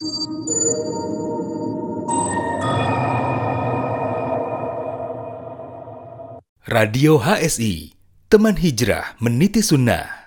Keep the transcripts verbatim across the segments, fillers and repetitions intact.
Radio H S I, teman hijrah meniti sunnah.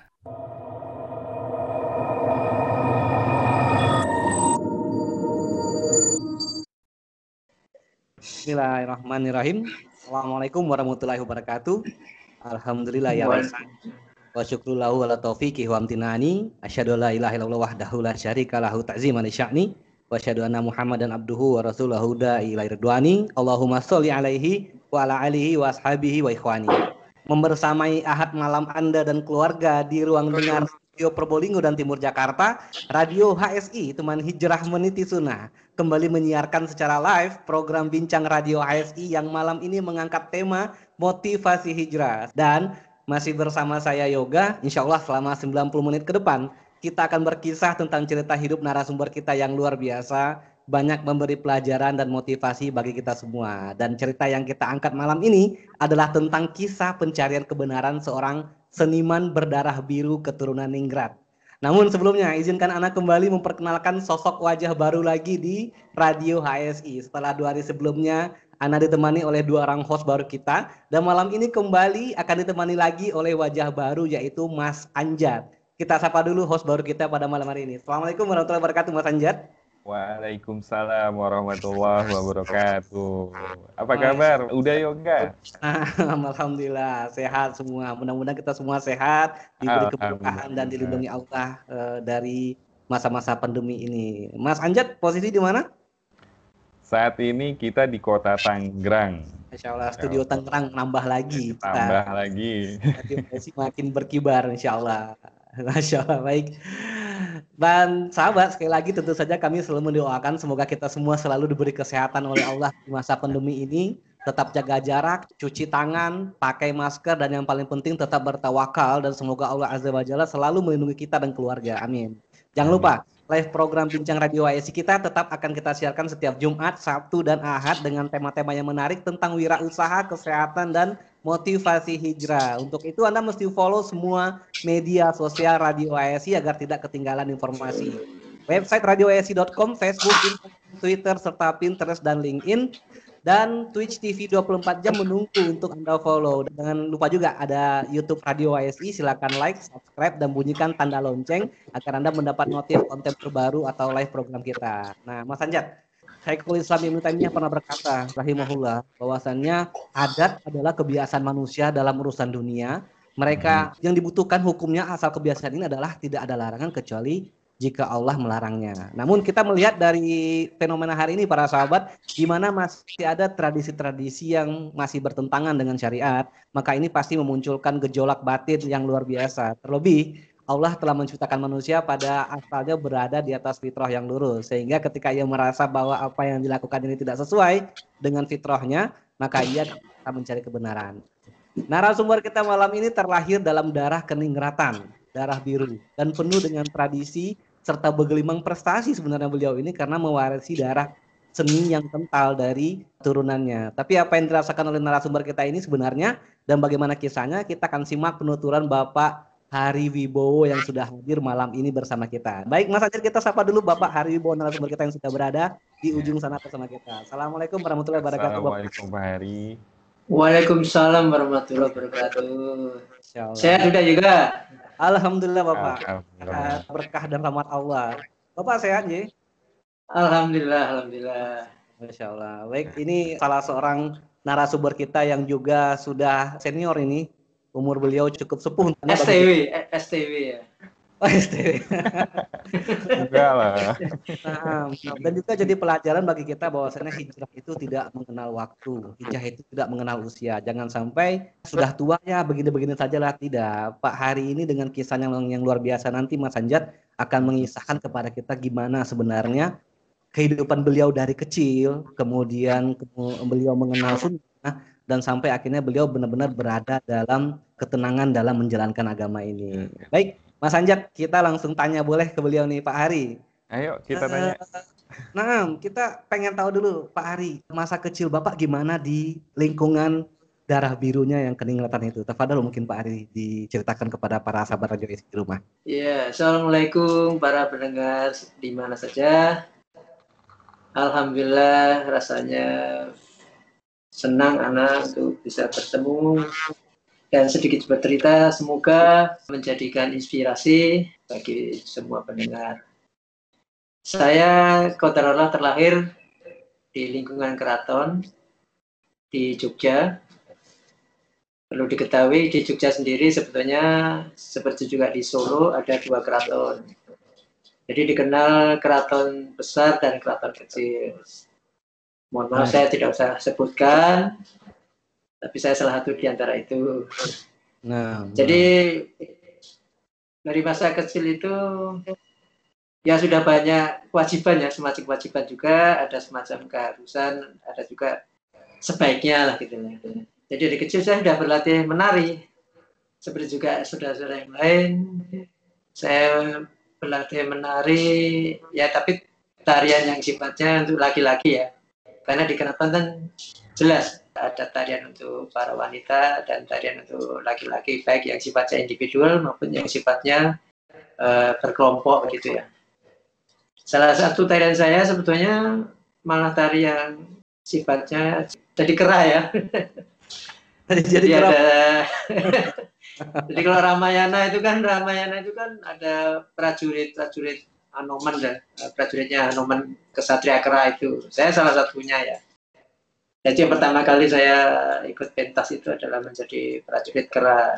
Bismillahirrahmanirrahim. Assalamualaikum warahmatullahi wabarakatuh. Alhamdulillah ya wasan. Wa syukrullahu ala taufiqi wa amtinani. Asyhadu an la ilaha illallah wahdahu la syarika lahu ta'ziman li sya'ni. Wa asyhadu anna Muhammadan abduhu wa rasuluhu da'i ila ridwani. Allahumma sholli alaihi wa ala alihi wa ashabihi wa ikhwani. Membersamai Ahad malam Anda dan keluarga di ruang dengar Radio Probolinggo dan Timur Jakarta, Radio H S I, teman hijrah meniti sunnah, kembali menyiarkan secara live program Bincang Radio H S I yang malam ini mengangkat tema motivasi hijrah. Dan masih bersama saya Yoga, insya Allah selama sembilan puluh menit ke depan, kita akan berkisah tentang cerita hidup narasumber kita yang luar biasa, banyak memberi pelajaran dan motivasi bagi kita semua. Dan cerita yang kita angkat malam ini adalah tentang kisah pencarian kebenaran seorang seniman berdarah biru keturunan Ningrat. Namun sebelumnya, izinkan Ana kembali memperkenalkan sosok wajah baru lagi di Radio H S I. Setelah dua hari sebelumnya, Ana ditemani oleh dua orang host baru kita. Dan malam ini kembali akan ditemani lagi oleh wajah baru, yaitu Mas Anjat. Kita sapa dulu host baru kita pada malam hari ini. Assalamualaikum warahmatullahi wabarakatuh, Mas Anjat. Waalaikumsalam warahmatullahi wabarakatuh. Apa kabar? Udah Yoga? Alhamdulillah sehat semua. Mudah-mudahan kita semua sehat, diberi keberkahan dan dilindungi Allah uh, dari masa-masa pandemi ini. Mas Anjat, posisi di mana? Saat ini kita di Kota Tangerang. Insya Allah studio Tangerang nambah lagi. Tambah kita, lagi. Makin berkibar Insya Allah. Masya Allah, baik. Dan sahabat, sekali lagi tentu saja kami selalu mendoakan semoga kita semua selalu diberi kesehatan oleh Allah di masa pandemi ini. Tetap jaga jarak, cuci tangan, pakai masker, dan yang paling penting tetap bertawakal. Dan semoga Allah Azza wa Jalla selalu melindungi kita dan keluarga. Amin. Jangan lupa, live program Bincang Radio H S I kita tetap akan kita siarkan setiap Jumat, Sabtu, dan Ahad dengan tema-tema yang menarik tentang wirausaha, kesehatan, dan motivasi hijrah. Untuk itu Anda mesti follow semua media sosial Radio H S I agar tidak ketinggalan informasi. Website radio h s i dot com, Facebook, Twitter, serta Pinterest dan LinkedIn. Dan Twitch T V dua puluh empat jam menunggu untuk Anda follow. Jangan lupa juga ada YouTube Radio H S I, silakan like, subscribe, dan bunyikan tanda lonceng agar Anda mendapat notif konten terbaru atau live program kita. Nah, Mas Anjat, Syekhul Islam Ibnu Taimiyah pernah berkata, rahimahullah, bahwasannya adat adalah kebiasaan manusia dalam urusan dunia. Mereka yang dibutuhkan hukumnya asal kebiasaan ini adalah tidak ada larangan kecuali jika Allah melarangnya. Namun kita melihat dari fenomena hari ini para sahabat, di mana masih ada tradisi-tradisi yang masih bertentangan dengan syariat, maka ini pasti memunculkan gejolak batin yang luar biasa. Terlebih Allah telah menciptakan manusia pada asalnya berada di atas fitrah yang lurus. Sehingga ketika ia merasa bahwa apa yang dilakukan ini tidak sesuai dengan fitrahnya, maka ia akan mencari kebenaran. Narasumber kita malam ini terlahir dalam darah keningratan, darah biru, dan penuh dengan tradisi serta bergelimang prestasi sebenarnya beliau ini karena mewarisi darah seni yang kental dari turunannya. Tapi apa yang dirasakan oleh narasumber kita ini sebenarnya dan bagaimana kisahnya, kita akan simak penuturan Bapak Hari Wibowo yang sudah hadir malam ini bersama kita. Baik, Mas Anjir, kita sapa dulu Bapak Hari Wibowo, narasumber kita yang sudah berada di ujung sana bersama kita. Assalamualaikum warahmatullahi wabarakatuh. Assalamualaikum Pak Hari. Waalaikumsalam warahmatullahi wabarakatuh. Sehat sudah juga? Alhamdulillah Bapak. Alhamdulillah. Berkah dan rahmat Allah. Bapak sehat ya? Alhamdulillah, alhamdulillah. Masya Allah. Baik, ini salah seorang narasumber kita yang juga sudah senior ini. Umur beliau cukup sepuh. S T W, S T W ya. Oh, S T W. Enggak lah. Nah, dan juga jadi pelajaran bagi kita bahwasanya hijrah itu tidak mengenal waktu. Hijrah itu tidak mengenal usia. Jangan sampai sudah tua ya begini-begini sajalah, tidak. Pak Hari ini dengan kisah yang, yang luar biasa, nanti Mas Anjat akan mengisahkan kepada kita gimana sebenarnya kehidupan beliau dari kecil, kemudian beliau mengenal sunnah, dan sampai akhirnya beliau benar-benar berada dalam ketenangan dalam menjalankan agama ini. Baik, Mas Anjat, kita langsung tanya boleh ke beliau nih, Pak Hari. Ayo kita tanya. Uh, nah, kita pengen tahu dulu Pak Hari, masa kecil Bapak gimana di lingkungan darah birunya yang keningratan itu? Tafadhol mungkin Pak Hari diceritakan kepada para sahabat Radio H S I di rumah. Iya, assalamualaikum para pendengar di mana saja. Alhamdulillah rasanya senang anak untuk bisa bertemu dan sedikit bercerita, semoga menjadikan inspirasi bagi semua pendengar. Saya qadarullah terlahir di lingkungan keraton di Jogja. Perlu diketahui di Jogja sendiri sebetulnya seperti juga di Solo ada dua keraton. Jadi dikenal keraton besar dan keraton kecil. Mohon maaf saya tidak usah sebutkan, tapi saya salah satu di antara itu. Nah, jadi dari masa kecil itu ya sudah banyak kewajiban ya, semacam kewajiban juga, ada semacam keharusan, ada juga sebaiknya lah gitu ya. Jadi dari kecil saya sudah berlatih menari, seperti juga saudara-saudara yang lain. Saya berlatih menari, ya tapi tarian yang sifatnya untuk laki-laki ya. Karena di keraton kan jelas ada tarian untuk para wanita dan tarian untuk laki-laki, baik yang sifatnya individual maupun yang sifatnya uh, berkelompok gitu ya. Salah satu tarian saya sebetulnya malah tari yang sifatnya jadi kera ya. jadi, jadi ada jadi kalau Ramayana itu kan Ramayana itu kan ada prajurit-prajurit Anoman dan prajuritnya Anoman kesatria kera itu. Saya salah satunya ya. Jadi yang pertama kali saya ikut pentas itu adalah menjadi prajurit kera.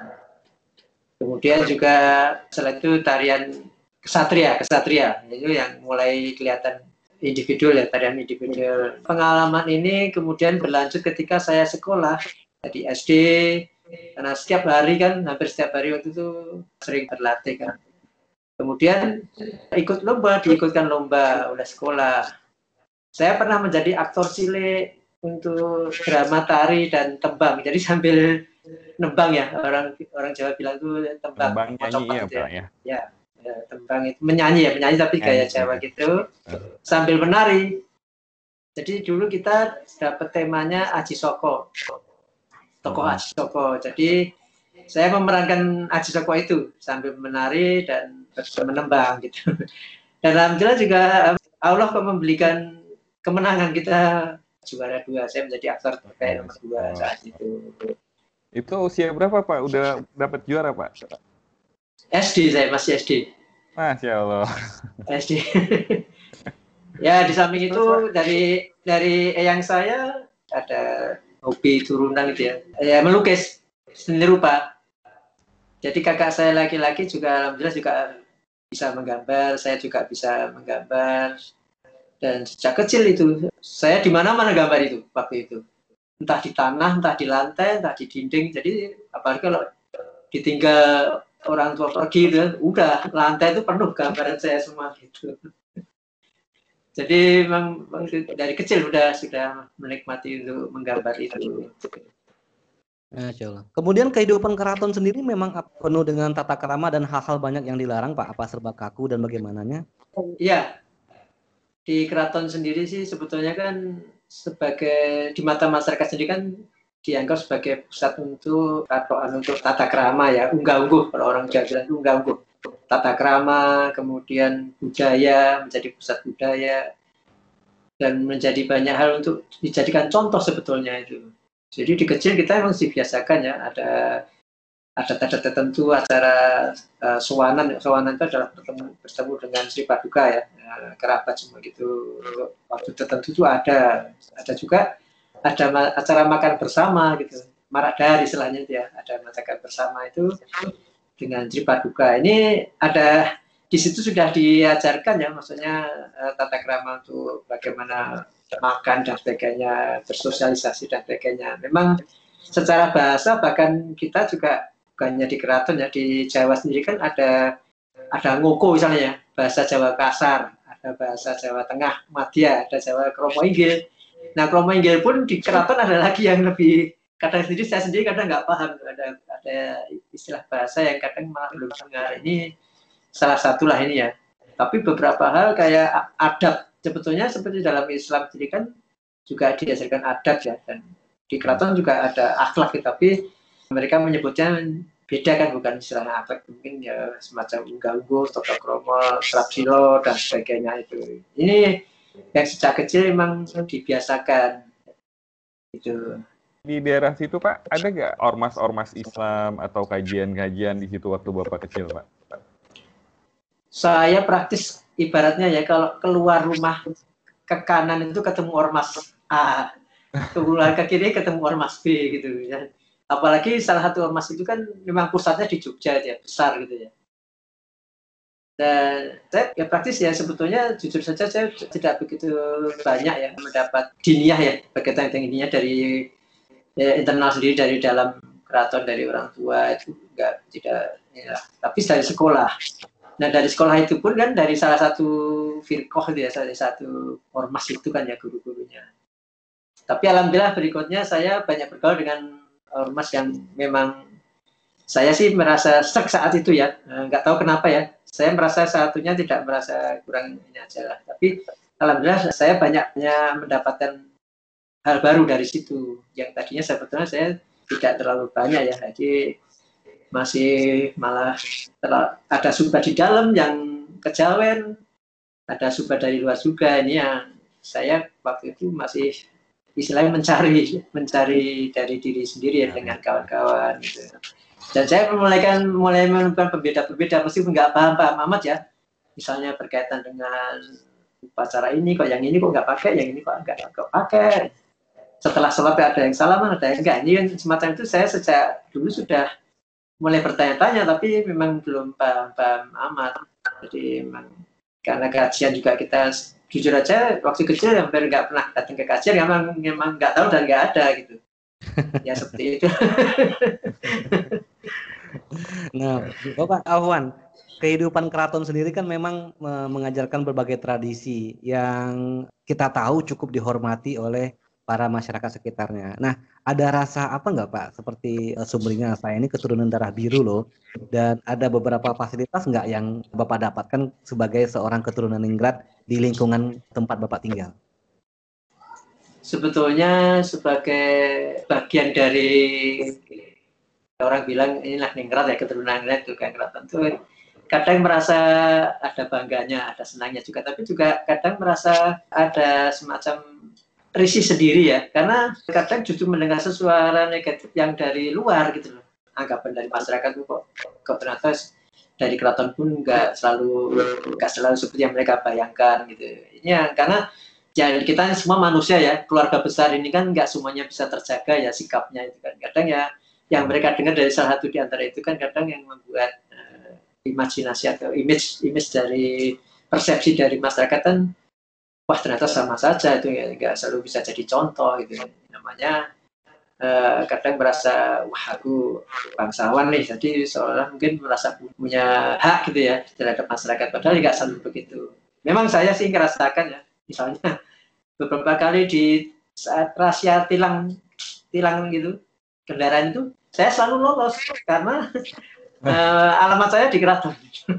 Kemudian juga setelah itu tarian kesatria, kesatria itu yang mulai kelihatan individual ya, tarian individual. Pengalaman ini kemudian berlanjut ketika saya sekolah di S D, karena setiap hari kan, hampir setiap hari waktu itu sering berlatih kan. Kemudian ikut lomba, diikutkan lomba oleh sekolah. Saya pernah menjadi aktor cilik untuk drama tari dan tembang. Jadi sambil nembang ya, orang orang Jawa bilang itu tembang, Tembang nyanyi ya, gitu Pak, ya. Ya, ya, tembang itu menyanyi ya, menyanyi tapi gaya Jawa gitu, sambil menari. Jadi dulu kita dapat temanya Aji Soko, tokoh Aji Soko. Jadi saya memerankan Aji Soko itu sambil menari dan menembang gitu. Dan alhamdulillah juga Allah kok memberikan kemenangan, kita juara dua. Saya menjadi aktor terbaik nomor dua saat itu. Itu usia berapa Pak? Udah dapat juara Pak? S D, saya masih S D. Masya Allah. S D. Ya di samping itu dari dari eyang saya ada hobi turunan gitu ya, ya melukis seni rupa. Jadi kakak saya laki-laki juga alhamdulillah juga bisa menggambar, saya juga bisa menggambar. Dan sejak kecil itu saya di mana-mana gambar itu waktu itu. Entah di tanah, entah di lantai, entah di dinding. Jadi apalagi kalau ditinggal orang tua pergi itu, udah lantai itu penuh gambaran saya semua gitu. Jadi memang dari kecil sudah sudah menikmati untuk menggambar itu. Masya Allah. Kemudian kehidupan keraton sendiri memang penuh dengan tata krama dan hal-hal banyak yang dilarang Pak. Apa serba kaku dan bagaimananya? Iya. Di keraton sendiri sih sebetulnya kan sebagai di mata masyarakat sendiri kan dianggap sebagai pusat untuk atau untuk tata krama ya, unggah-ungguh, kalau orang Jawa bilang itu unggah-ungguh. Tata krama, kemudian budaya, menjadi pusat budaya, dan menjadi banyak hal untuk dijadikan contoh sebetulnya itu. Jadi di kecil kita memang dibiasakan ya, ada adat-adat tertentu, acara uh, suwanan, suwanan itu adalah bertemu, bertemu dengan Sri Paduka ya, uh, kerabat semua gitu. Waktu tertentu itu ada, ada juga ada ma acara makan bersama gitu, marak dari istilahnya ya, ada makan bersama itu dengan Sri Paduka. Ini ada di situ sudah diajarkan ya, maksudnya uh, tata krama untuk bagaimana makan dan sebagainya, bersosialisasi dan sebagainya. Memang secara bahasa bahkan kita juga bukannya di keraton ya, di Jawa sendiri kan ada ada ngoko misalnya ya, bahasa Jawa kasar, ada bahasa Jawa Tengah, Madya, ada Jawa Kromo Inggil. Nah Kromo Inggil pun di keraton ada lagi yang lebih, kadang sendiri saya sendiri kadang nggak paham, ada ada istilah bahasa yang kadang malah belum dengar. Ini salah satu lah ini ya. Tapi beberapa hal kayak adab sebetulnya seperti dalam Islam sendiri kan juga diajarkan adab ya, dan di keraton juga ada akhlak, tapi mereka menyebutnya beda kan, bukan istilahnya akhlak, mungkin ya semacam unggah-ungguh, tata krama, srabsila dan sebagainya itu. Ini yang sejak kecil memang dibiasakan itu. Di daerah situ Pak, ada nggak ormas-ormas Islam atau kajian-kajian di situ waktu Bapak kecil Pak? Saya praktis ibaratnya ya, kalau keluar rumah ke kanan itu ketemu ormas A, keluar ke kiri ketemu ormas B gitu ya. Apalagi salah satu ormas itu kan memang pusatnya di Jogja ya, besar gitu ya. Dan saya ya praktis ya, sebetulnya jujur saja saya tidak begitu banyak ya mendapat diniyah ya, berkaitan dengan diniyah dari ya, internal sendiri, dari dalam keraton, dari orang tua itu enggak, tidak ya. Tapi dari sekolah. Nah dari sekolah itu pun kan dari salah satu firqoh ya, salah satu ormas itu kan ya guru-gurunya. Tapi alhamdulillah berikutnya saya banyak bergaul dengan ormas yang memang saya sih merasa stuck saat itu ya, nggak tahu kenapa ya. Saya merasa satunya tidak merasa kurang ini aja lah. Tapi alhamdulillah saya banyaknya mendapatkan hal baru dari situ. Yang tadinya sebetulnya saya tidak terlalu banyak ya. Jadi masih malah ada subah di dalam yang kejawen, ada subah dari luar juga. Ini yang saya waktu itu masih istilahnya mencari mencari dari diri sendiri ya, dengan kawan-kawan gitu. Dan saya mulai kan mulai menemukan pembeda-pembeda, meskipun nggak paham-paham amat ya. Misalnya berkaitan dengan upacara ini, kok yang ini kok nggak pakai, yang ini kok nggak nggak pakai. Setelah sholat ada yang salaman, ada yang enggak. Ini kan semacam itu saya sejak dulu sudah mulai bertanya-tanya, tapi memang belum paham-paham amat. Jadi memang karena kajian juga kita jujur aja waktu kecil hampir nggak pernah datang ke kajian, memang memang nggak tahu dan nggak ada gitu. Ya seperti itu. Nah, Bapak Afwan, kehidupan keraton sendiri kan memang mengajarkan berbagai tradisi yang kita tahu cukup dihormati oleh para masyarakat sekitarnya. Nah, ada rasa apa nggak Pak? Seperti uh, sumringah, saya ini keturunan darah biru loh, dan ada beberapa fasilitas nggak yang Bapak dapatkan sebagai seorang keturunan ningrat di lingkungan tempat Bapak tinggal? Sebetulnya sebagai bagian dari orang bilang inilah ningrat ya, keturunan ningrat itu kan keraton itu kadang merasa ada bangganya, ada senangnya juga, tapi juga kadang merasa ada semacam risih sendiri ya, karena kadang justru mendengar sesuatu negatif yang dari luar gitu loh. Anggapan dari masyarakat itu kok, kok ternyata dari keraton pun nggak selalu nggak selalu seperti yang mereka bayangkan gitu. Ini ya, karena ya kita semua manusia ya, keluarga besar ini kan nggak semuanya bisa terjaga ya sikapnya itu kan. Kadang ya yang mereka dengar dari salah satu di antara itu kan kadang yang membuat uh, imajinasi atau image image dari persepsi dari masyarakat kan, wah ternyata sama saja itu ya, nggak selalu bisa jadi contoh gitu. Namanya uh, kadang merasa wah aku bangsawan nih, jadi seolah mungkin merasa punya hak gitu ya terhadap masyarakat, padahal nggak selalu begitu. Memang saya sih ngerasakan ya, misalnya beberapa kali di saat rahasia tilang tilang gitu kendaraan itu saya selalu lolos karena uh, alamat saya di keraton.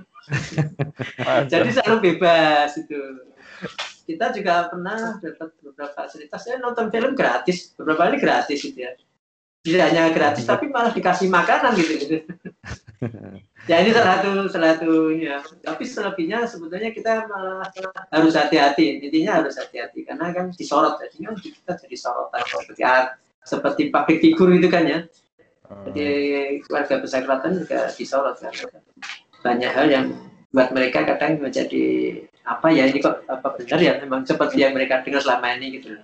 Jadi selalu bebas itu. Kita juga pernah dapat beberapa fasilitas, saya nonton film gratis beberapa kali gratis gitu ya. Tidak hanya gratis tapi malah dikasih makanan gitu gitu. Ya ini salah satu salah satu ya. Tapi selebihnya sebetulnya kita malah harus hati-hati. Intinya harus hati-hati karena kan disorot, jadinya kita jadi sorotan seperti seperti public figure itu kan ya. Jadi keluarga besar keraton juga disorot kan. Banyak hal yang buat mereka kadang menjadi apa ya, ini kok apa benar ya memang seperti yang mereka dengar selama ini gitu.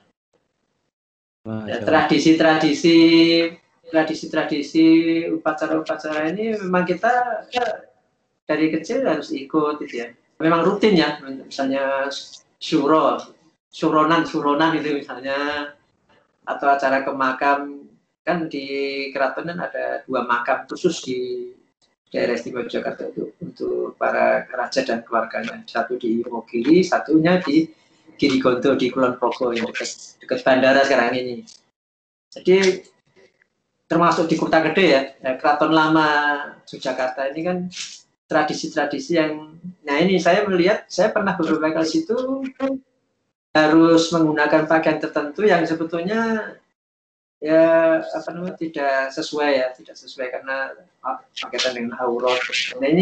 Tradisi-tradisi tradisi-tradisi upacara-upacara ini memang kita ya, dari kecil harus ikut gitu ya. Memang rutin ya, misalnya syuro, suronan, suronan itu misalnya, atau acara ke makam, kan di keraton kan ada dua makam khusus di daerah istimewa Jakarta itu untuk para raja dan keluarganya. Satu di Wonogiri, satunya di Girigonto di Kulon Progo yang dekat dekat bandara sekarang ini. Jadi termasuk di Kota Gede ya, nah, Keraton Lama Yogyakarta ini kan tradisi-tradisi yang, nah ini saya melihat, saya pernah beberapa kali situ harus menggunakan pakaian tertentu yang sebetulnya ya apa namanya tidak sesuai ya, tidak sesuai karena pakaian dengan aurat. Nah ini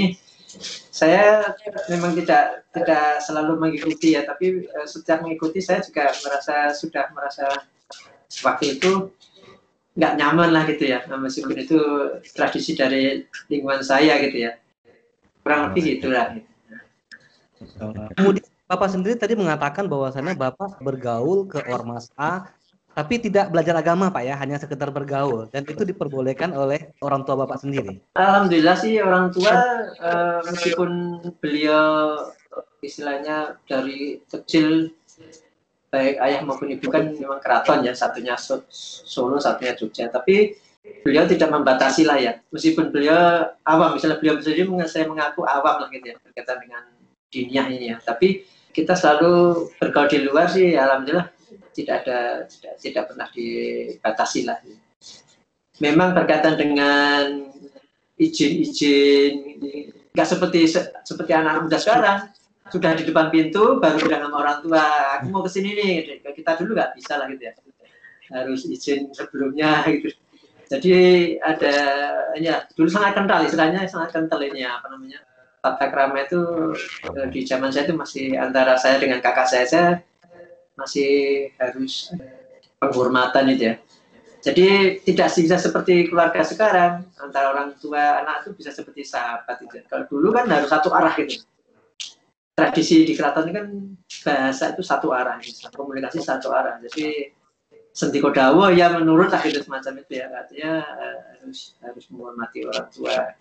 Saya memang tidak tidak selalu mengikuti ya, tapi uh, setiap mengikuti saya juga merasa sudah merasa waktu itu nggak nyaman lah gitu ya, meskipun itu tradisi dari lingkungan saya gitu ya, kurang lebih gitulah. Kemudian Bapak sendiri tadi mengatakan bahwasannya Bapak bergaul ke Ormas A, tapi tidak belajar agama Pak ya, hanya sekedar bergaul, dan itu diperbolehkan oleh orang tua Bapak sendiri. Alhamdulillah sih orang tua uh, meskipun beliau istilahnya dari kecil baik ayah maupun ibu kan memang keraton ya, satunya Solo, satunya Jogja, tapi beliau tidak membatasi lah ya, meskipun beliau awam, misalnya beliau sendiri saya mengaku awam lah gitu ya berkaitan dengan dunia ini ya, tapi kita selalu bergaul di luar sih, alhamdulillah tidak ada tidak, tidak pernah dibatasi lah. Memang berkaitan dengan izin-izin nggak seperti seperti anak muda sekarang, sudah di depan pintu baru bilang sama orang tua aku mau kesini nih, kita dulu nggak bisa lah gitu ya, harus izin sebelumnya gitu. Jadi ada ya dulu sangat kental, istilahnya sangat kental ini apa namanya, tata krama itu di zaman saya itu masih antara saya dengan kakak saya, saya masih harus penghormatan itu ya. Jadi tidak bisa seperti keluarga sekarang, antara orang tua anak itu bisa seperti sahabat itu. Kalau dulu kan harus satu arah gitu. Tradisi di keraton kan bahasa itu satu arah, gitu. Komunikasi satu arah. Jadi sendiko dawo ya menurut lah gitu semacam itu ya, artinya harus harus menghormati orang tua.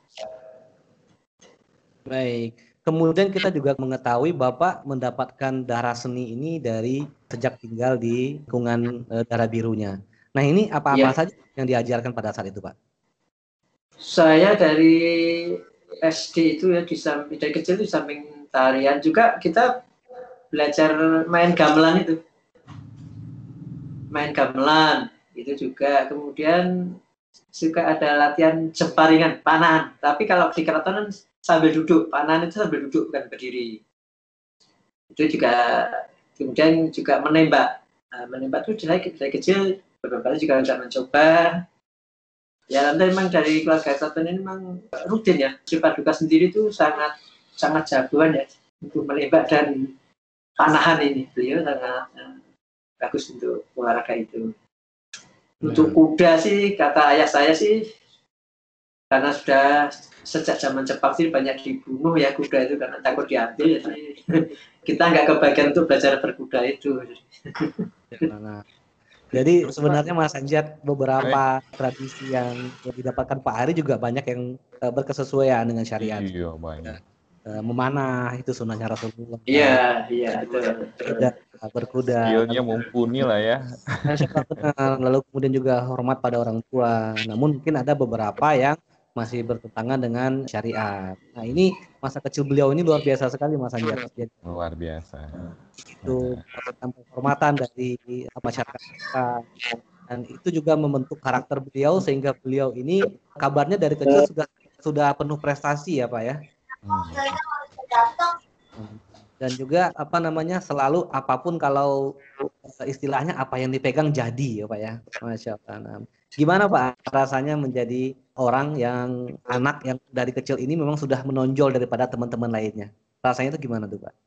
Baik. Kemudian kita juga mengetahui Bapak mendapatkan darah seni ini dari sejak tinggal di lingkungan e, darah birunya. Nah ini apa-apa ya. saja yang diajarkan pada saat itu Pak? Saya dari S D itu ya, di samping, dari kecil di samping tarian juga kita belajar main gamelan itu. Main gamelan itu juga, kemudian suka ada latihan jemparingan, panahan. Tapi kalau di keraton sambil duduk, panahan itu sambil duduk bukan berdiri. Itu juga, kemudian juga menembak. Nah, menembak itu dari, dari kecil beberapa kali juga sudah mencoba. Ya, nanti memang dari keluarga keraton ini memang rutin ya. Sifat duka sendiri itu sangat sangat jagoan ya untuk menembak dan panahan ini. Beliau sangat uh, bagus untuk olahraga itu. Untuk kuda sih, kata ayah saya sih, karena sudah sejak zaman Jepang sih banyak dibunuh ya kuda itu karena takut diambil, jadi kita nggak kebagian untuk belajar berkuda itu. Nah, jadi sebenarnya Mas Anjat, beberapa tradisi yang didapatkan Pak Ari juga banyak yang berkesesuaian dengan syariat. Iya, banyak. Memanah itu sunnahnya Rasulullah. Iya, iya itu. Berkuda, berkuda. Skillnya mumpuni lah ya. Lalu kemudian juga hormat pada orang tua. Namun mungkin ada beberapa yang masih bertentangan dengan syariat. Nah ini masa kecil beliau ini luar biasa sekali Mas Anjar. Luar biasa. Itu tentang penghormatan dari masyarakat dan itu juga membentuk karakter beliau sehingga beliau ini kabarnya dari kecil sudah sudah penuh prestasi ya Pak ya. Hmm. Dan juga apa namanya selalu apapun kalau istilahnya apa yang dipegang jadi ya Pak ya. Masya Allah. Gimana Pak rasanya menjadi orang yang anak yang dari kecil ini memang sudah menonjol daripada teman-teman lainnya? Rasanya itu gimana tuh Pak?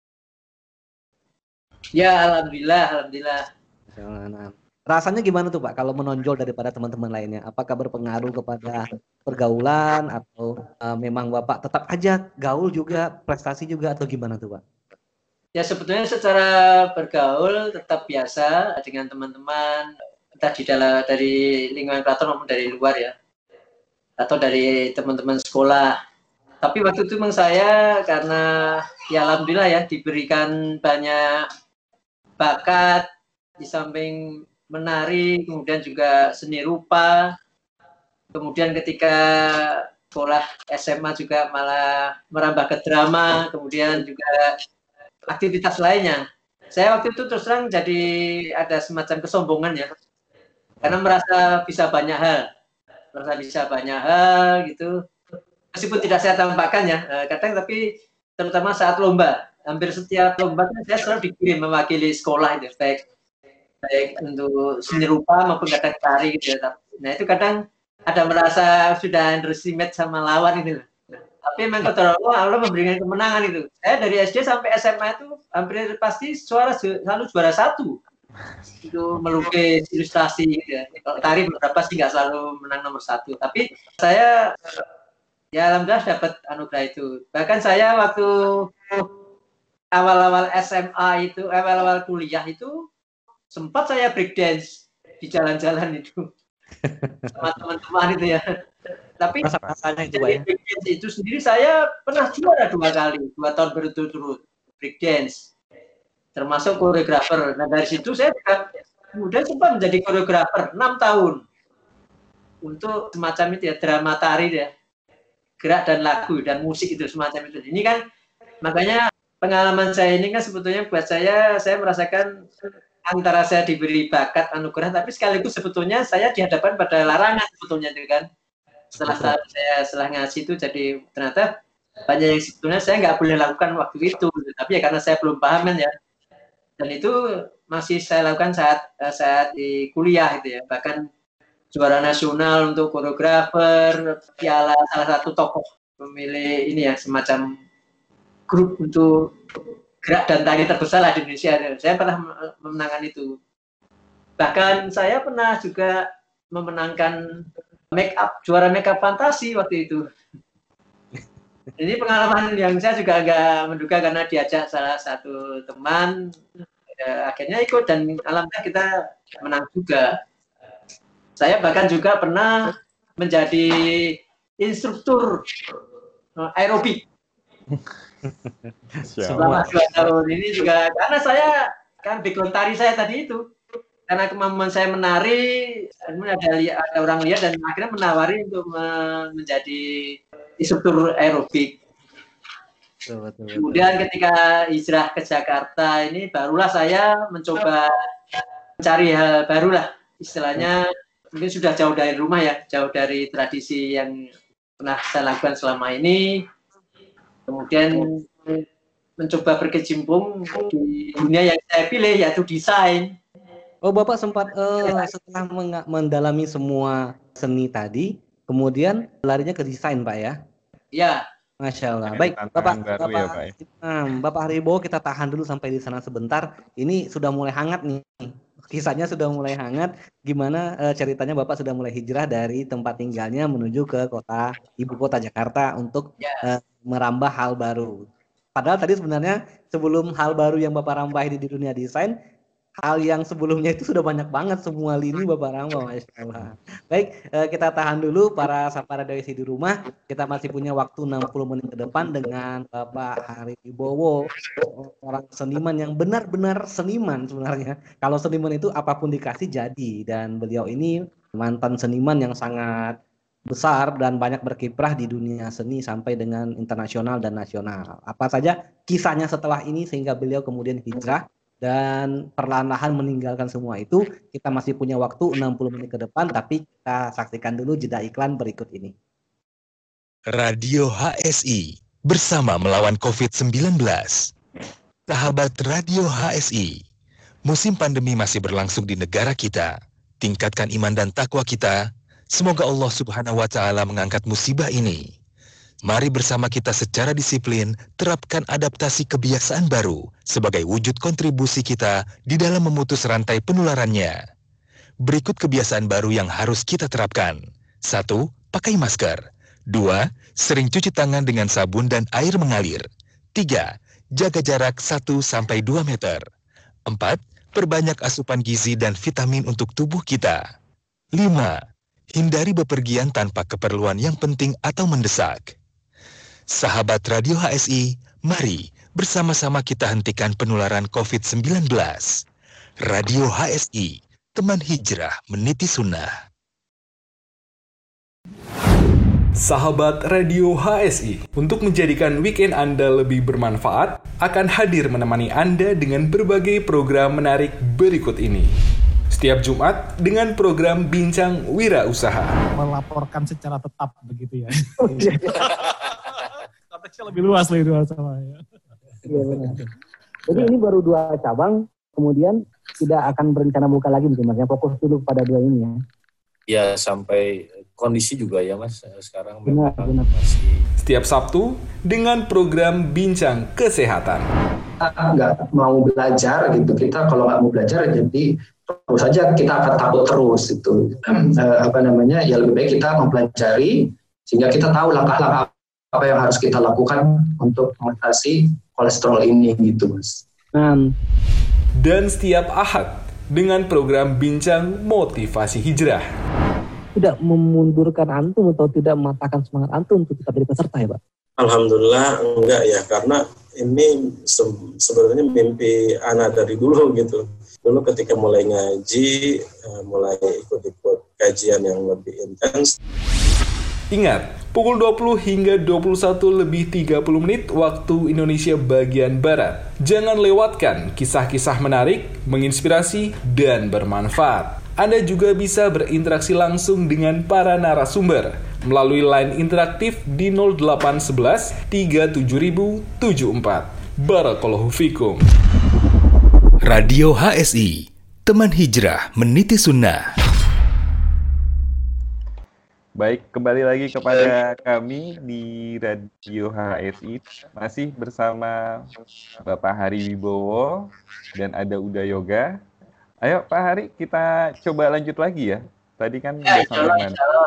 Ya alhamdulillah, alhamdulillah. Nah, rasanya gimana tuh Pak kalau menonjol daripada teman-teman lainnya? Apakah berpengaruh kepada pergaulan atau uh, memang Bapak tetap aja gaul juga, prestasi juga atau gimana tuh Pak? Ya sebetulnya secara bergaul tetap biasa dengan teman-teman, entah di dalam dari lingkungan keraton maupun dari luar ya, atau dari teman-teman sekolah. Tapi waktu itu memang saya karena ya alhamdulillah ya diberikan banyak bakat di samping menari, kemudian juga seni rupa. Kemudian ketika sekolah S M A juga malah merambah ke drama, kemudian juga aktivitas lainnya. Saya waktu itu terus terang jadi ada semacam kesombongan ya, karena merasa bisa banyak hal, merasa bisa banyak hal gitu. Meskipun tidak saya tampakkan ya, kadang tapi terutama saat lomba, hampir setiap lomba saya selalu dikirim mewakili sekolah itu, baik baik untuk seni rupa maupun kadang tari gitu ya. Nah itu kadang ada merasa sudah underestimate sama lawan ini loh. Tapi memang kebetulan Allah, Allah memberikan kemenangan itu. Saya dari S D sampai S M A itu hampir pasti suara selalu juara satu. Itu melukis, ilustrasi gitu ya. Kalau tari beberapa sih nggak selalu menang nomor satu. Tapi saya ya alhamdulillah dapat anugerah itu. Bahkan saya waktu awal-awal S M A itu, awal-awal kuliah itu sempat saya break dance di jalan-jalan itu sama teman-teman itu ya. Tapi Rasanya itu, Pak, ya. break dance itu sendiri saya pernah juara dua kali, dua tahun berturut-turut break dance, termasuk koreografer. Nah dari situ saya juga kemudian sempat menjadi koreografer enam tahun untuk semacam itu ya, drama tari ya, gerak dan lagu dan musik itu semacam itu. Ini kan makanya pengalaman saya ini kan sebetulnya buat saya, saya merasakan antara saya diberi bakat anugerah, tapi sekaligus sebetulnya saya dihadapkan pada larangan sebetulnya itu kan. Setelah saya setelah ngasih itu jadi ternyata banyak yang sebetulnya saya nggak boleh lakukan waktu itu, tapi ya karena saya belum paham kan ya. Dan itu masih saya lakukan saat saat di kuliah itu ya, bahkan juara nasional untuk koreografer, piala salah satu tokoh pemilih ini ya, semacam grup untuk gerak dan tari terbesar lah di Indonesia. Saya pernah memenangkan itu. Bahkan saya pernah juga memenangkan make up, juara make up fantasi waktu itu. Ini pengalaman yang saya juga agak menduga karena diajak salah satu teman, ya, akhirnya ikut dan alhamdulillah kita menang juga. Saya bahkan juga pernah menjadi instruktur aerobik. Selama dua tahun ini juga karena saya kan background tari saya tadi itu, karena kemampuan saya menari, ada, ada orang lihat dan akhirnya menawari untuk menjadi instruktur aerobik. Betul, betul, betul. Kemudian ketika hijrah ke Jakarta ini barulah saya mencoba mencari hal barulah, istilahnya mungkin sudah jauh dari rumah ya, jauh dari tradisi yang pernah saya lakukan selama ini. Kemudian mencoba berkecimpung di dunia yang saya pilih, yaitu desain. Oh, Bapak sempat uh, setelah meng- mendalami semua seni tadi, kemudian larinya ke desain, Pak ya? Ya. Masya Allah. Ada Baik, Bapak, baru Bapak, ya, Pak, ya? um, Bapak Haribo, kita tahan dulu sampai di sana sebentar. Ini sudah mulai hangat nih. Kisahnya sudah mulai hangat. Gimana uh, ceritanya Bapak sudah mulai hijrah dari tempat tinggalnya menuju ke kota ibu kota Jakarta untuk uh, merambah hal baru. Padahal tadi sebenarnya sebelum hal baru yang Bapak rambah di dunia desain, hal yang sebelumnya itu sudah banyak banget semua lini Bapak rambah, Masya Allah. Baik, eh, kita tahan dulu para Sapara Dewisi di rumah. Kita masih punya waktu enam puluh menit ke depan dengan Bapak Haribowo, orang seniman yang benar-benar seniman sebenarnya. Kalau seniman itu apapun dikasih jadi, dan beliau ini mantan seniman yang sangat besar dan banyak berkiprah di dunia seni sampai dengan internasional dan nasional. Apa saja kisahnya setelah ini sehingga beliau kemudian hijrah dan perlahan-lahan meninggalkan semua itu. Kita masih punya waktu enam puluh menit ke depan, tapi kita saksikan dulu jeda iklan berikut ini. Radio H S I bersama melawan covid sembilan belas. Sahabat Radio H S I, musim pandemi masih berlangsung di negara kita. Tingkatkan iman dan takwa kita. Semoga Allah Subhanahu wa Ta'ala mengangkat musibah ini. Mari bersama kita secara disiplin terapkan adaptasi kebiasaan baru sebagai wujud kontribusi kita di dalam memutus rantai penularannya. Berikut kebiasaan baru yang harus kita terapkan. Satu, pakai masker. Dua, sering cuci tangan dengan sabun dan air mengalir. Tiga, jaga jarak satu sampai dua meter. Empat, perbanyak asupan gizi dan vitamin untuk tubuh kita. Lima, hindari bepergian tanpa keperluan yang penting atau mendesak. Sahabat Radio H S I, mari bersama-sama kita hentikan penularan covid sembilan belas. Radio H S I, teman hijrah meniti sunnah. Sahabat Radio H S I, untuk menjadikan weekend Anda lebih bermanfaat, akan hadir menemani Anda dengan berbagai program menarik berikut ini. Setiap Jumat dengan program Bincang Wirausaha. Melaporkan secara tetap begitu ya. Konteksnya lebih luas lagi dua sama ya. Iya benar. Jadi ini baru dua cabang, kemudian tidak akan berencana buka lagi mungkin Mas. Ya, fokus dulu pada dua ini ya. Ya sampai kondisi juga ya Mas sekarang benar, memang benar. masih setiap Sabtu dengan program Bincang Kesehatan. Kita nggak mau belajar gitu, kita kalau nggak mau belajar jadi terus saja kita akan takut terus itu. Eh, apa namanya, ya lebih baik kita mempelajari sehingga kita tahu langkah-langkah apa yang harus kita lakukan untuk mengatasi kolesterol ini gitu, Mas. Nah, Dan setiap Ahad dengan program Bincang Motivasi Hijrah. tidak memundurkan antum atau tidak mematahkan semangat antum untuk tetap jadi peserta ya Pak? Alhamdulillah enggak ya, karena ini se- sebenarnya mimpi anak dari dulu gitu. Dulu ketika mulai ngaji, uh, mulai ikut-ikut kajian yang lebih intens. Ingat, pukul dua puluh hingga dua puluh satu lebih tiga puluh menit waktu Indonesia bagian Barat. Jangan lewatkan kisah-kisah menarik, menginspirasi, dan bermanfaat. Anda juga bisa berinteraksi langsung dengan para narasumber melalui line interaktif di nol delapan satu satu tiga tujuh nol nol tujuh empat. Barakallahu fikum. Radio H S I, teman hijrah meniti sunnah. Baik, kembali lagi kepada kami di Radio H S I. Masih bersama Bapak Hari Wibowo dan ada Uda Yoga. Ayo Pak Hari, kita coba lanjut lagi ya. Tadi kan Ya, udah sampai insyaallah, mana? insyaallah.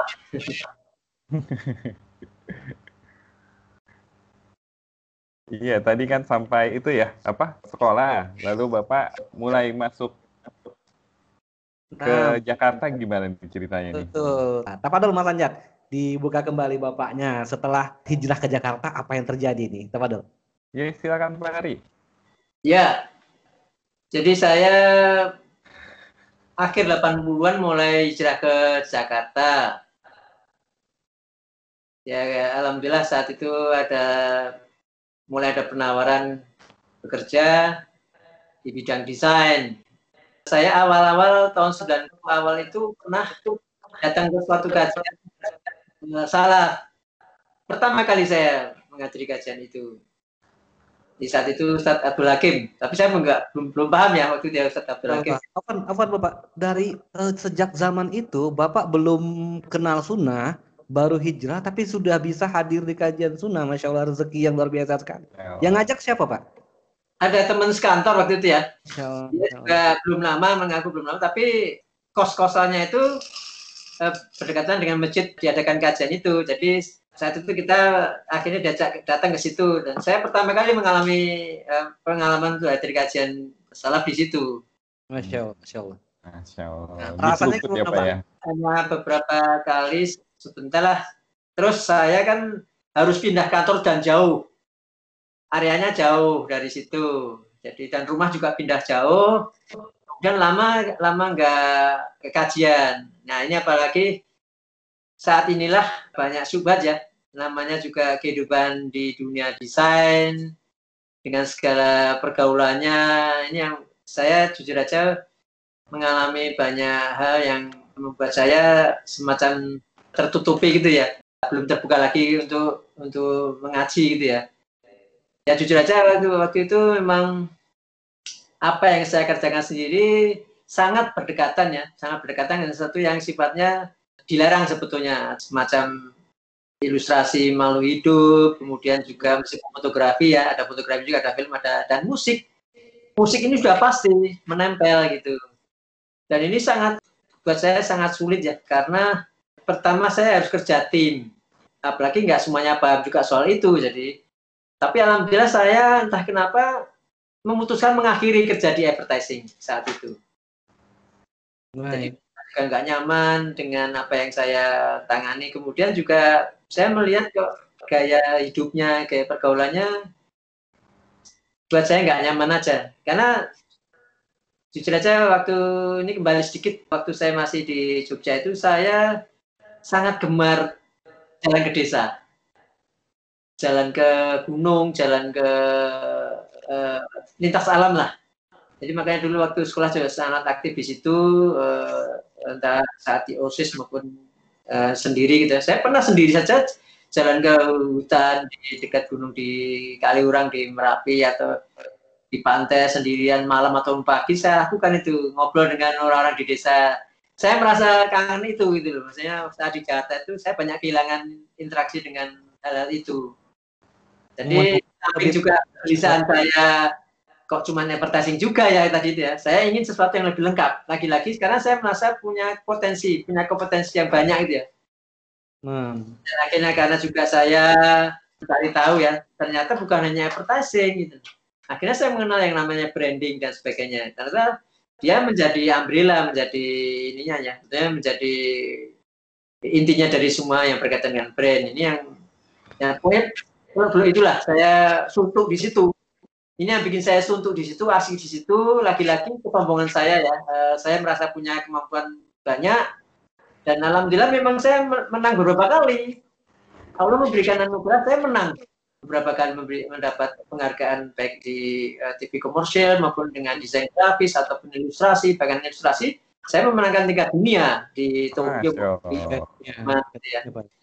Iya, tadi kan sampai itu ya, apa? Sekolah. Lalu Bapak mulai masuk ke Nah, Jakarta, gimana nih ceritanya nih? betul. Nah, Tafadhol Mas Anjat, dibuka kembali bapaknya setelah hijrah ke Jakarta, apa yang terjadi nih? Tafadhol. Ya, silakan Pak Hari. Ya, jadi saya akhir delapan puluhan mulai hijrah ke Jakarta. Ya, ya, alhamdulillah saat itu ada mulai ada penawaran bekerja di bidang desain. Saya awal-awal tahun sembilan puluh awal itu pernah datang ke suatu kajian. Eh, salah. Pertama kali saya menghadiri kajian itu. Di saat itu Ustadz Abdul Hakim, tapi saya enggak belum, belum paham ya waktu dia Ustadz Abdul Hakim. Afwan, Afwan Bapak, dari eh, sejak zaman itu Bapak belum kenal sunnah, baru hijrah, tapi sudah bisa hadir di kajian sunnah. Masya Allah, rezeki yang luar biasa sekali. Yang ngajak siapa Pak? Ada teman sekantor waktu itu ya. Masya Allah, Dia Masya Allah. juga belum lama, mengaku belum lama, tapi kos-kosannya itu eh, berdekatan dengan masjid diadakan kajian itu. Jadi saat itu kita akhirnya diajak datang ke situ dan saya pertama kali mengalami eh, pengalaman untuk hadir kajian salaf di situ. Masya Allah, Masya Allah. Masya Allah. Nah, Gitu rasanya luput ya gimana, Pak Pak? ya? Hanya beberapa kali sebentar lah. Terus saya kan harus pindah kantor dan jauh. Areanya jauh dari situ. Jadi dan rumah juga pindah jauh. Kemudian lama lama nggak ke kajian. Nah ini apalagi saat inilah banyak syubhat ya. Namanya juga kehidupan di dunia desain dengan segala pergaulannya. Ini yang saya jujur aja mengalami banyak hal yang membuat saya semacam tertutupi gitu ya. Belum terbuka lagi untuk untuk mengaji gitu ya. Ya jujur aja waktu, waktu itu memang apa yang saya kerjakan sendiri sangat berdekatan ya, sangat berdekatan dengan sesuatu yang sifatnya dilarang sebetulnya, semacam ilustrasi makhluk hidup, kemudian juga meskipun fotografi ya, ada fotografi juga, ada film, ada dan musik. Musik ini sudah pasti menempel gitu. Dan ini sangat buat saya sangat sulit ya, karena pertama saya harus kerja tim, apalagi nggak semuanya paham juga soal itu, jadi tapi alhamdulillah saya entah kenapa memutuskan mengakhiri kerja di advertising saat itu. Jadi kan nggak nyaman dengan apa yang saya tangani. Kemudian juga saya melihat kok gaya hidupnya, gaya pergaulannya buat saya nggak nyaman aja. Karena jujur aja waktu ini kembali sedikit, waktu saya masih di Jogja itu saya sangat gemar jalan ke desa. Jalan ke gunung, jalan ke uh, lintas alam lah. Jadi makanya dulu waktu sekolah juga sangat aktif di situ, uh, entah saat di OSIS maupun uh, sendiri gitu. Saya pernah sendiri saja jalan ke hutan di dekat gunung di Kaliurang, di Merapi atau di pantai sendirian malam atau pagi saya lakukan itu, ngobrol dengan orang-orang di desa. Saya merasa kangen itu gitu loh. Maksudnya saat di Jakarta itu saya banyak kehilangan interaksi dengan hal-hal itu. Jadi samping juga kegelisahan saya kok cuma advertising juga ya tadi itu ya. Saya ingin sesuatu yang lebih lengkap. Lagi-lagi sekarang saya merasa punya potensi, punya kompetensi yang banyak gitu ya. Hmm. Dan akhirnya karena juga saya mencari tahu ya, ternyata bukan hanya advertising gitu. Akhirnya saya mengenal yang namanya branding dan sebagainya. Ternyata dia menjadi umbrella, menjadi ininya ya, menjadi intinya dari semua yang berkaitan dengan brand. Ini yang yang poin belum itulah saya suntuk di situ. Ini yang bikin saya suntuk di situ, asik di situ. Lagi-lagi kesombongan saya ya, uh, saya merasa punya kemampuan banyak dan alhamdulillah memang saya menang beberapa kali. Allah memberikan anugerah, saya menang beberapa kali memberi, mendapat penghargaan baik di uh, T V komersial maupun dengan desain grafis ataupun ilustrasi, bahkan ilustrasi. Saya memenangkan tingkat dunia di Tokyo. Di, ya, ya.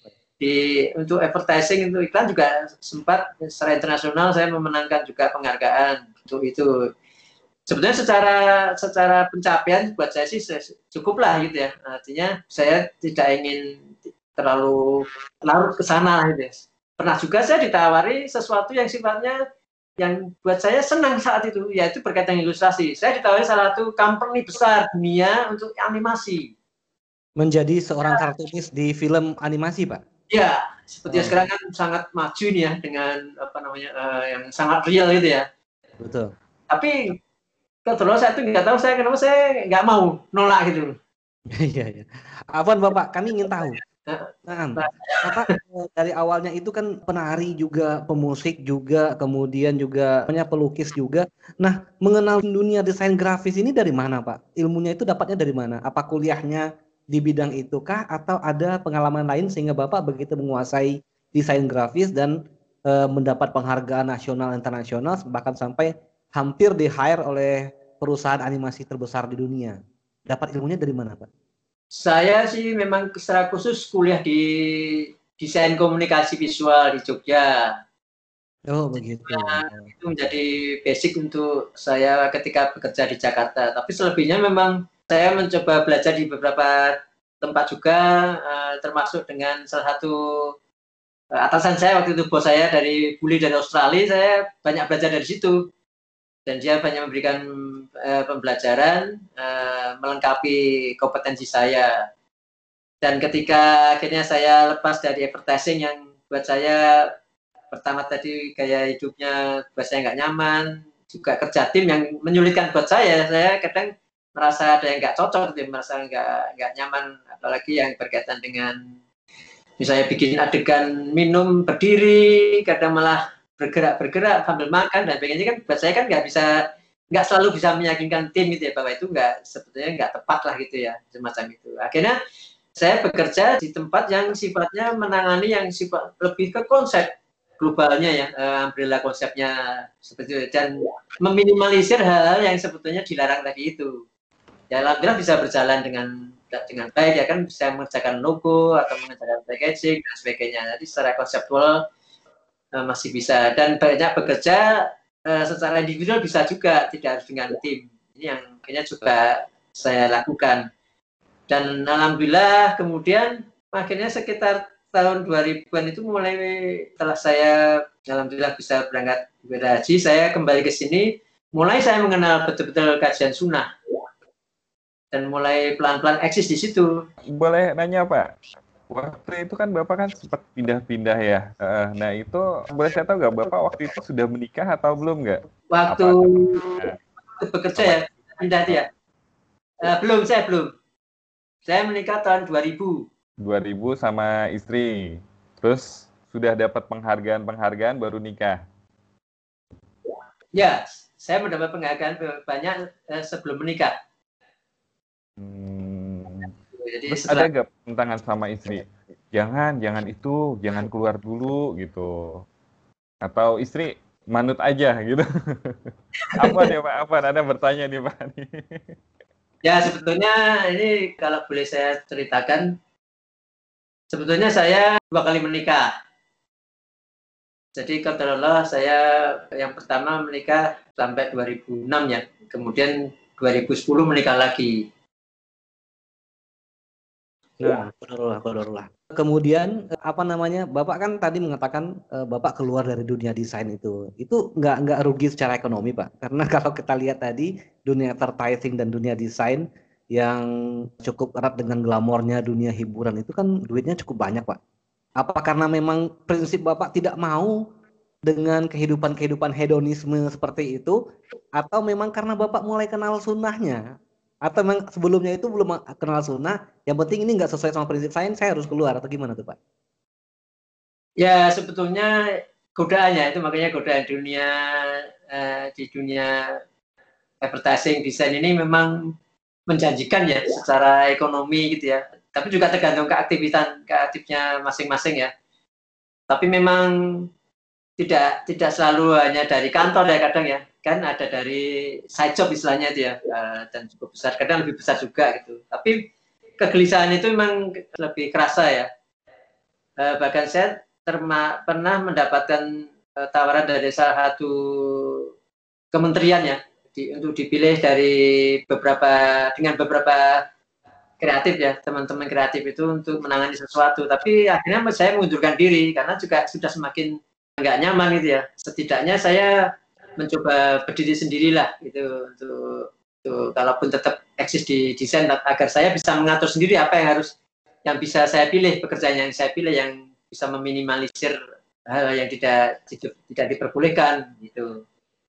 Di untuk advertising, untuk iklan juga sempat secara internasional saya memenangkan juga penghargaan untuk itu. Sebetulnya secara secara pencapaian buat saya sih cukup lah gitu ya. Artinya saya tidak ingin terlalu larut ke sana gitu ya. Pernah juga saya ditawari sesuatu yang sifatnya yang buat saya senang saat itu, yaitu berkaitan ilustrasi. Saya ditawari salah satu company besar dunia untuk animasi. Menjadi seorang kartunis di film animasi, Pak? Ya, seperti oh. sekarang kan sangat maju nih ya dengan apa namanya uh, yang sangat real gitu ya. Betul. Tapi kalau saya tuh nggak tahu saya kenapa saya nggak mau nolak gitu. Iya iya. Afwan Bapak, kami ingin tahu. Nah, Bapak dari awalnya itu kan penari juga, pemusik juga, kemudian juga punya pelukis juga. Nah, mengenal dunia desain grafis ini dari mana, Pak? Ilmunya itu dapatnya dari mana? Apa kuliahnya di bidang itu kah atau ada pengalaman lain sehingga Bapak begitu menguasai desain grafis dan e, mendapat penghargaan nasional internasional bahkan sampai hampir di-hire oleh perusahaan animasi terbesar di dunia. Dapat ilmunya dari mana, Pak? Saya sih memang secara khusus kuliah di desain komunikasi visual di Jogja. Oh, begitu. Nah, itu menjadi basic untuk saya ketika bekerja di Jakarta. Tapi selebihnya memang saya mencoba belajar di beberapa tempat juga, uh, termasuk dengan salah satu uh, atasan saya waktu itu, bos saya dari Buli dari Australia. Saya banyak belajar dari situ. Dan dia banyak memberikan uh, pembelajaran, uh, melengkapi kompetensi saya. Dan ketika akhirnya saya lepas dari advertising yang buat saya, pertama tadi gaya hidupnya buat saya nggak nyaman, juga kerja tim yang menyulitkan buat saya, saya kadang merasa ada yang nggak cocok, gitu, merasa nggak nggak nyaman, apalagi yang berkaitan dengan misalnya bikin adegan minum berdiri, kadang malah bergerak-bergerak sambil makan dan sebagainya, kan buat saya kan nggak bisa, nggak selalu bisa meyakinkan tim gitu ya, bahwa itu nggak, sebetulnya nggak tepat lah gitu ya, semacam itu. Akhirnya saya bekerja di tempat yang sifatnya menangani yang sifat lebih ke konsep globalnya ya, uh, umbrella konsepnya seperti itu, dan meminimalisir hal-hal yang sebetulnya dilarang tadi itu. Ya alhamdulillah bisa berjalan dengan dengan baik ya, kan bisa mengerjakan logo atau mengerjakan packaging dan sebagainya. Jadi secara konseptual uh, masih bisa, dan banyak bekerja uh, secara individual bisa juga, tidak harus dengan tim. Ini yang akhirnya juga saya lakukan. Dan alhamdulillah kemudian akhirnya sekitar tahun dua ribuan itu mulai setelah saya alhamdulillah bisa berangkat ibadah haji, saya kembali ke sini, mulai saya mengenal betul-betul kajian sunnah dan mulai pelan-pelan eksis di situ. Boleh nanya Pak, waktu itu kan Bapak kan sempat pindah-pindah ya, nah itu boleh saya tahu nggak Bapak waktu itu sudah menikah atau belum nggak? Waktu, waktu bekerja ya, pindah ya? Uh, belum, saya belum. Saya menikah tahun dua ribu. dua ribu sama istri. Terus sudah dapat penghargaan-penghargaan baru nikah. Ya, saya mendapat penghargaan banyak eh, sebelum menikah. Hmm. Jadi Terus setelah... ada nggak tentangan sama istri? Jangan, jangan itu, jangan keluar dulu gitu. Atau istri manut aja gitu. Apa nih Pak? Apa? Anda bertanya nih Pak. Ya sebetulnya ini kalau boleh saya ceritakan, sebetulnya saya dua kali menikah. Jadi kebetulan saya yang pertama menikah sampai dua ribu enam ya, kemudian dua ribu sepuluh menikah lagi. Nah, qadarullah, qadarullah. Kemudian eh, apa namanya? Bapak kan tadi mengatakan eh, Bapak keluar dari dunia desain itu. Itu nggak nggak rugi secara ekonomi, Pak. Karena kalau kita lihat tadi dunia advertising dan dunia desain yang cukup erat dengan glamornya dunia hiburan itu kan duitnya cukup banyak, Pak. Apa karena memang prinsip Bapak tidak mau dengan kehidupan-kehidupan hedonisme seperti itu, atau memang karena Bapak mulai kenal sunnahnya? Atau memang sebelumnya itu belum kenal sunnah, yang penting ini nggak sesuai sama prinsip sains, saya harus keluar, atau gimana tuh Pak? Ya sebetulnya godaannya itu, makanya godaan dunia eh, di dunia advertising desain ini memang menjanjikan ya secara ekonomi gitu ya. Tapi juga tergantung keaktifan keaktifnya masing-masing ya. Tapi memang tidak tidak selalu hanya dari kantor ya kadang ya. Kan ada dari side job istilahnya itu ya, dan cukup besar, kadang lebih besar juga gitu. Tapi kegelisahan itu memang lebih kerasa ya. Bahkan saya terma, pernah mendapatkan tawaran dari salah satu kementerian ya, di, untuk dipilih dari beberapa dengan beberapa kreatif ya, teman-teman kreatif itu untuk menangani sesuatu. Tapi akhirnya saya mengundurkan diri karena juga sudah semakin nggak nyaman gitu ya. Setidaknya saya mencoba berdiri sendirilah gitu untuk, untuk kalaupun tetap eksis di desain, agar saya bisa mengatur sendiri apa yang harus yang bisa saya pilih, pekerjaan yang saya pilih yang bisa meminimalisir hal yang tidak tidak, tidak diperbolehkan gitu.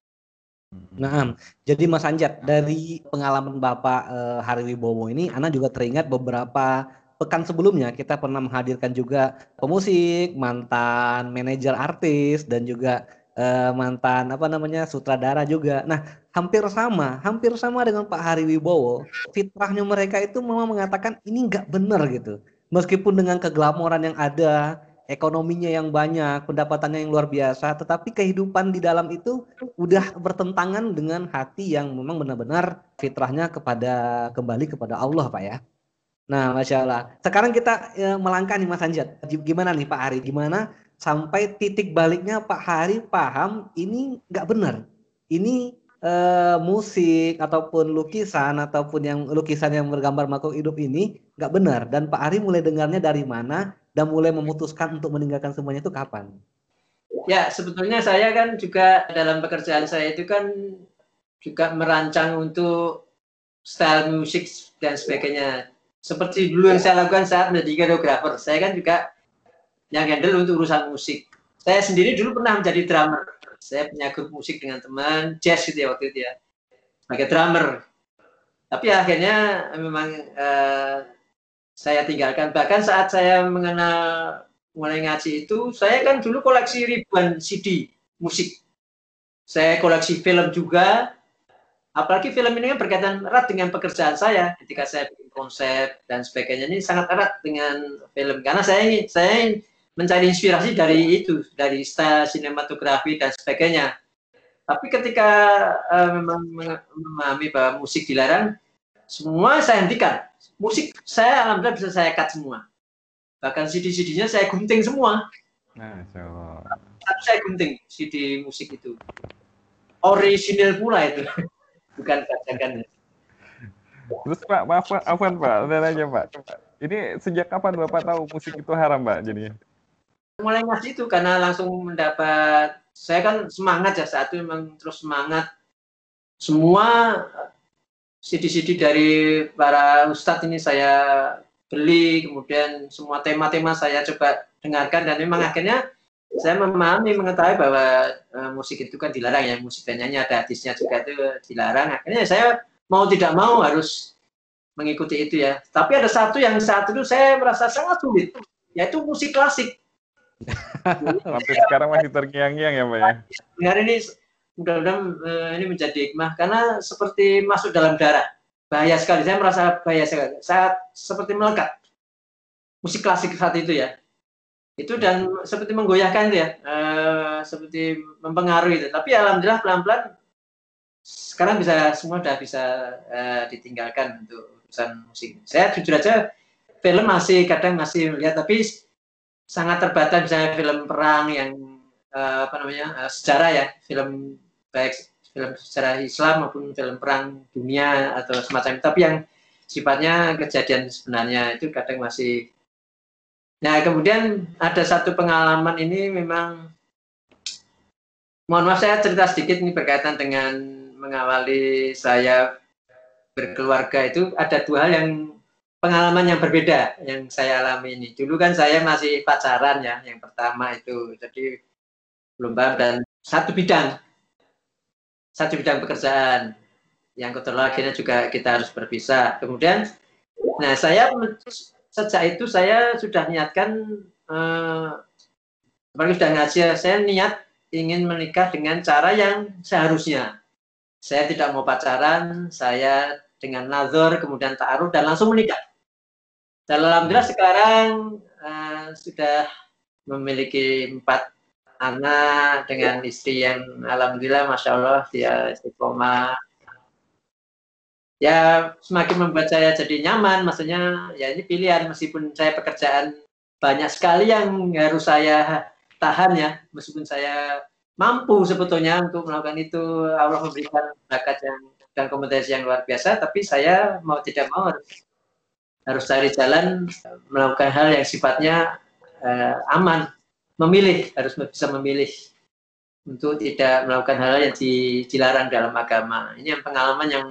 Nah, jadi Mas Anjat, dari pengalaman Bapak eh, Hari Wibowo ini, Ana juga teringat beberapa pekan sebelumnya kita pernah menghadirkan juga pemusik, mantan manajer artis, dan juga Uh, mantan apa namanya sutradara juga. Nah, hampir sama, hampir sama dengan Pak Hari Wibowo. Fitrahnya mereka itu memang mengatakan ini nggak benar gitu. Meskipun dengan keglamoran yang ada, ekonominya yang banyak, pendapatannya yang luar biasa, tetapi kehidupan di dalam itu udah bertentangan dengan hati yang memang benar-benar fitrahnya kepada kembali kepada Allah, Pak ya. Nah, Masya Allah. Sekarang kita e, melangkah nih Mas Anjat. Gimana nih Pak Hari? Gimana sampai titik baliknya Pak Hari paham ini nggak benar. Ini e, musik ataupun lukisan ataupun yang lukisan yang bergambar makhluk hidup ini nggak benar. Dan Pak Hari mulai dengarnya dari mana dan mulai memutuskan untuk meninggalkan semuanya itu kapan? Ya, sebetulnya saya kan juga dalam pekerjaan saya itu kan juga merancang untuk style musik dan sebagainya. Seperti dulu yang saya lakukan saat menjadi koreografer, saya kan juga yang handle untuk urusan musik. Saya sendiri dulu pernah menjadi drummer. Saya punya grup musik dengan teman, jazz gitu ya waktu itu ya, sebagai drummer. Tapi akhirnya memang eh, saya tinggalkan. Bahkan saat saya mengenal mulai ngaji itu, saya kan dulu koleksi ribuan C D musik. Saya koleksi film juga. Apalagi film ini kan berkaitan erat dengan pekerjaan saya ketika saya bikin konsep dan sebagainya, ini sangat erat dengan film karena saya ingin saya mencari inspirasi dari itu, dari style sinematografi dan sebagainya. Tapi ketika uh, memang memahami bahwa musik dilarang, semua saya hentikan. Musik saya alhamdulillah bisa saya cut semua. Bahkan C D-C D-nya saya gunting semua. Nah, so. Tapi saya gunting C D musik itu. Original pula itu. Bukan bacakan. Terus Pak, maaf Pak, Afwan Pak, saya nanya Pak. Ini sejak kapan Bapak tahu musik itu haram Pak jadinya? Mulai ngaji itu karena langsung mendapat, saya kan semangat ya saat itu memang terus semangat. Semua C D-C D dari para ustadz ini saya beli, kemudian semua tema-tema saya coba dengarkan dan memang akhirnya saya memahami, mengetahui bahwa uh, musik itu kan dilarang ya, musik dan nyanyi ada hadisnya juga itu dilarang. Akhirnya saya mau tidak mau harus mengikuti itu ya. Tapi ada satu yang saat itu saya merasa sangat sulit, yaitu musik klasik. Sampai sekarang masih terngiang-ngiang ya Pak ya? Hari ini mudah-mudahan uh, ini menjadi hikmah, karena seperti masuk dalam darah. Bahaya sekali, saya merasa bahaya sekali. Saat seperti melekat. Musik klasik saat itu ya. Itu dan seperti menggoyahkan ya, uh, seperti mempengaruhi itu. Tapi alhamdulillah pelan-pelan sekarang bisa semua sudah bisa uh, ditinggalkan untuk urusan musik. Saya jujur aja film masih kadang masih melihat, tapi sangat terbatas, misalnya film perang yang uh, apa namanya uh, sejarah ya, film baik film sejarah Islam maupun film perang dunia atau semacam itu. Tapi yang sifatnya kejadian sebenarnya itu kadang masih. Nah kemudian ada satu pengalaman ini memang, mohon maaf saya cerita sedikit ini berkaitan dengan mengawali saya berkeluarga. Itu ada dua hal yang pengalaman yang berbeda yang saya alami ini. Dulu kan saya masih pacaran ya, yang pertama itu, jadi belum paham dan satu bidang, satu bidang pekerjaan. Yang kedua akhirnya juga kita harus berpisah. Kemudian, nah saya sejak itu saya sudah niatkan, eh, apalagi sudah ngaji, saya niat ingin menikah dengan cara yang seharusnya. Saya tidak mau pacaran, saya dengan nazar, kemudian ta'aruf dan langsung menikah. Dan alhamdulillah sekarang uh, sudah memiliki empat anak dengan istri yang alhamdulillah masya Allah dia istiqomah. Ya semakin membuat saya jadi nyaman, maksudnya ya ini pilihan meskipun saya pekerjaan banyak sekali yang harus saya tahan ya, meskipun saya mampu sebetulnya untuk melakukan itu, Allah memberikan bakat yang dan kompetensi yang luar biasa, tapi saya mau tidak mau harus, harus cari jalan melakukan hal yang sifatnya uh, aman, memilih, harus bisa memilih untuk tidak melakukan hal yang di, dilarang dalam agama. Ini yang pengalaman yang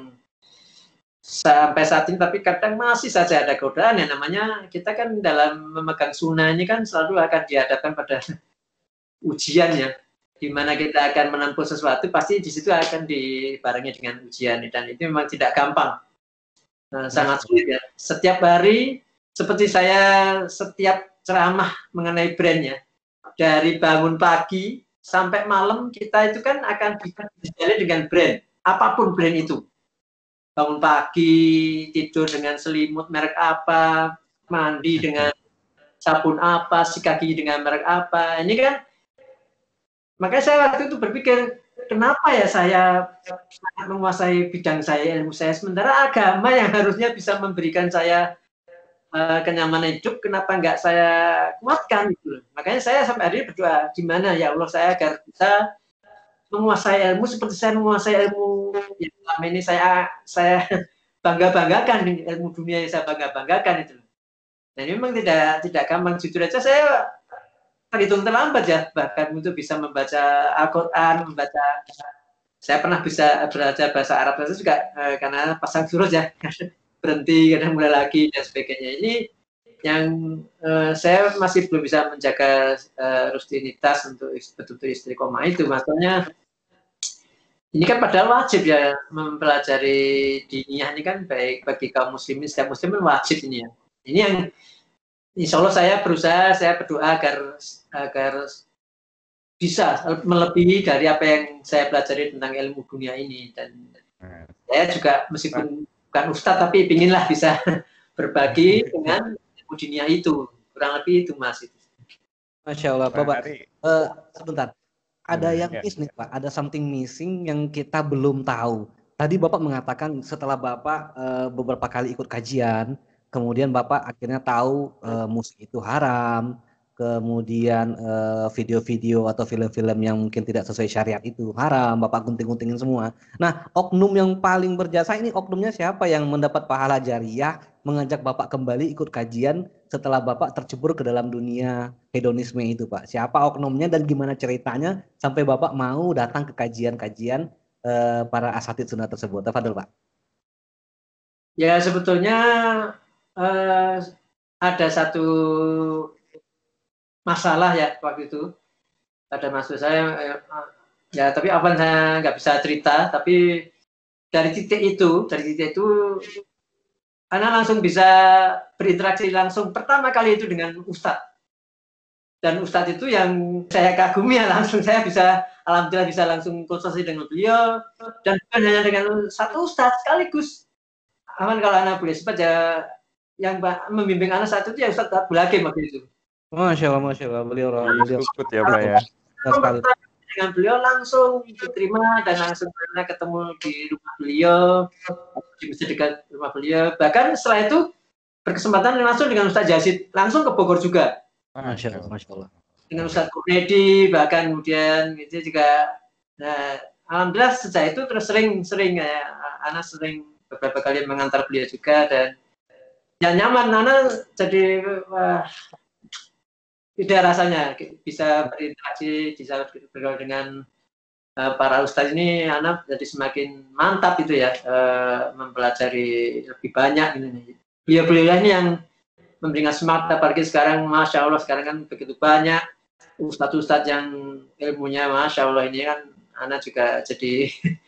sampai saat ini, tapi kadang masih saja ada godaan ya, namanya kita kan dalam memegang sunnah ini kan selalu akan dihadapkan pada ujian ya, di mana kita akan menempuh sesuatu pasti di situ akan dibarengi dengan ujian, dan itu memang tidak gampang, nah, sangat sulit ya. Setiap hari seperti saya setiap ceramah mengenai brand ya, dari bangun pagi sampai malam kita itu kan akan dijalin dengan brand, apapun brand itu. Bangun pagi, tidur dengan selimut merek apa, mandi dengan sabun apa, sikat gigi dengan merek apa. Ini kan, makanya saya waktu itu berpikir, kenapa ya saya sangat menguasai bidang saya, ilmu saya, sementara agama yang harusnya bisa memberikan saya uh, kenyamanan hidup, kenapa nggak saya kuatkan gitu. Makanya saya sampai hari ini berdoa, gimana ya Allah saya agar bisa menguasai ilmu seperti saya menguasai ilmu yang selama ini saya saya bangga-banggakan, ilmu dunia yang saya bangga-banggakan itu. Dan ini memang tidak tidak gampang, jujur aja saya terhitung terlambat ya, bahkan untuk bisa membaca Al-Quran, membaca, saya pernah bisa belajar bahasa Arab itu juga eh, karena pasang surut ya, berhenti, kadang mulai lagi dan sebagainya. Ini yang eh, saya masih belum bisa menjaga eh, rutinitas untuk betul-betul istiqomah itu, maksudnya ini kan padahal wajib ya mempelajari diniyah ini kan baik bagi kaum muslimin, setiap muslim wajib ini ya. Ini yang insya Allah saya berusaha, saya berdoa agar agar bisa melebihi dari apa yang saya pelajari tentang ilmu dunia ini, dan saya juga meskipun bukan ustadz tapi inginlah bisa berbagi dengan ilmu dunia itu, kurang lebih itu Mas itu. Masya Allah, Bapak. Uh, sebentar. Ada yang miss nih Pak, ada something missing yang kita belum tahu. Tadi Bapak mengatakan setelah Bapak uh, beberapa kali ikut kajian, kemudian Bapak akhirnya tahu uh, musik itu haram, kemudian uh, video-video atau film-film yang mungkin tidak sesuai syariat itu haram, Bapak gunting-guntingin semua. Nah, oknum yang paling berjasa ini oknumnya siapa yang mendapat pahala jariah mengajak Bapak kembali ikut kajian setelah Bapak tercebur ke dalam dunia hedonisme itu Pak? Siapa oknumnya dan gimana ceritanya sampai Bapak mau datang ke kajian-kajian uh, para asatid sunnah tersebut? Tafadhol Pak. Ya sebetulnya uh, ada satu masalah ya waktu itu, ada maksud saya ya, tapi apa saya nggak bisa cerita, tapi dari titik itu dari titik itu Ana langsung bisa berinteraksi langsung pertama kali itu dengan Ustadz, dan Ustadz itu yang saya kagumi ya, langsung saya bisa alhamdulillah bisa langsung konsultasi dengan beliau, dan bukan hanya dengan satu Ustadz sekaligus. Aman kalau Ana boleh sebut ya, yang membimbing Ana saat itu ya Ustadz Abdul Hakim waktu itu. Masya Allah, Masya Allah, beliau beliau ikut ya Pak ya. Dengan beliau langsung diterima dan langsung pernah ketemu di rumah beliau, di masjid dekat rumah beliau. Bahkan setelah itu berkesempatan langsung dengan Ustaz Yazid, langsung ke Bogor juga. Masya Allah, Masya Allah. Dengan Ustaz Kuredi, bahkan kemudian itu juga. Nah, alhamdulillah sejak itu terus sering-sering ya, anak sering beberapa kali mengantar beliau juga, dan ya nyaman. Nana jadi wah, beda rasanya bisa berinteraksi, bisa bergaul dengan uh, para ustadz ini. Anak jadi semakin mantap itu ya, uh, mempelajari lebih banyak ini. Beliau-beliau ini yang memberikan semangat, apalagi sekarang Masya Allah sekarang kan begitu banyak ustadz-ustadz yang ilmunya Masya Allah, ini kan anak juga jadi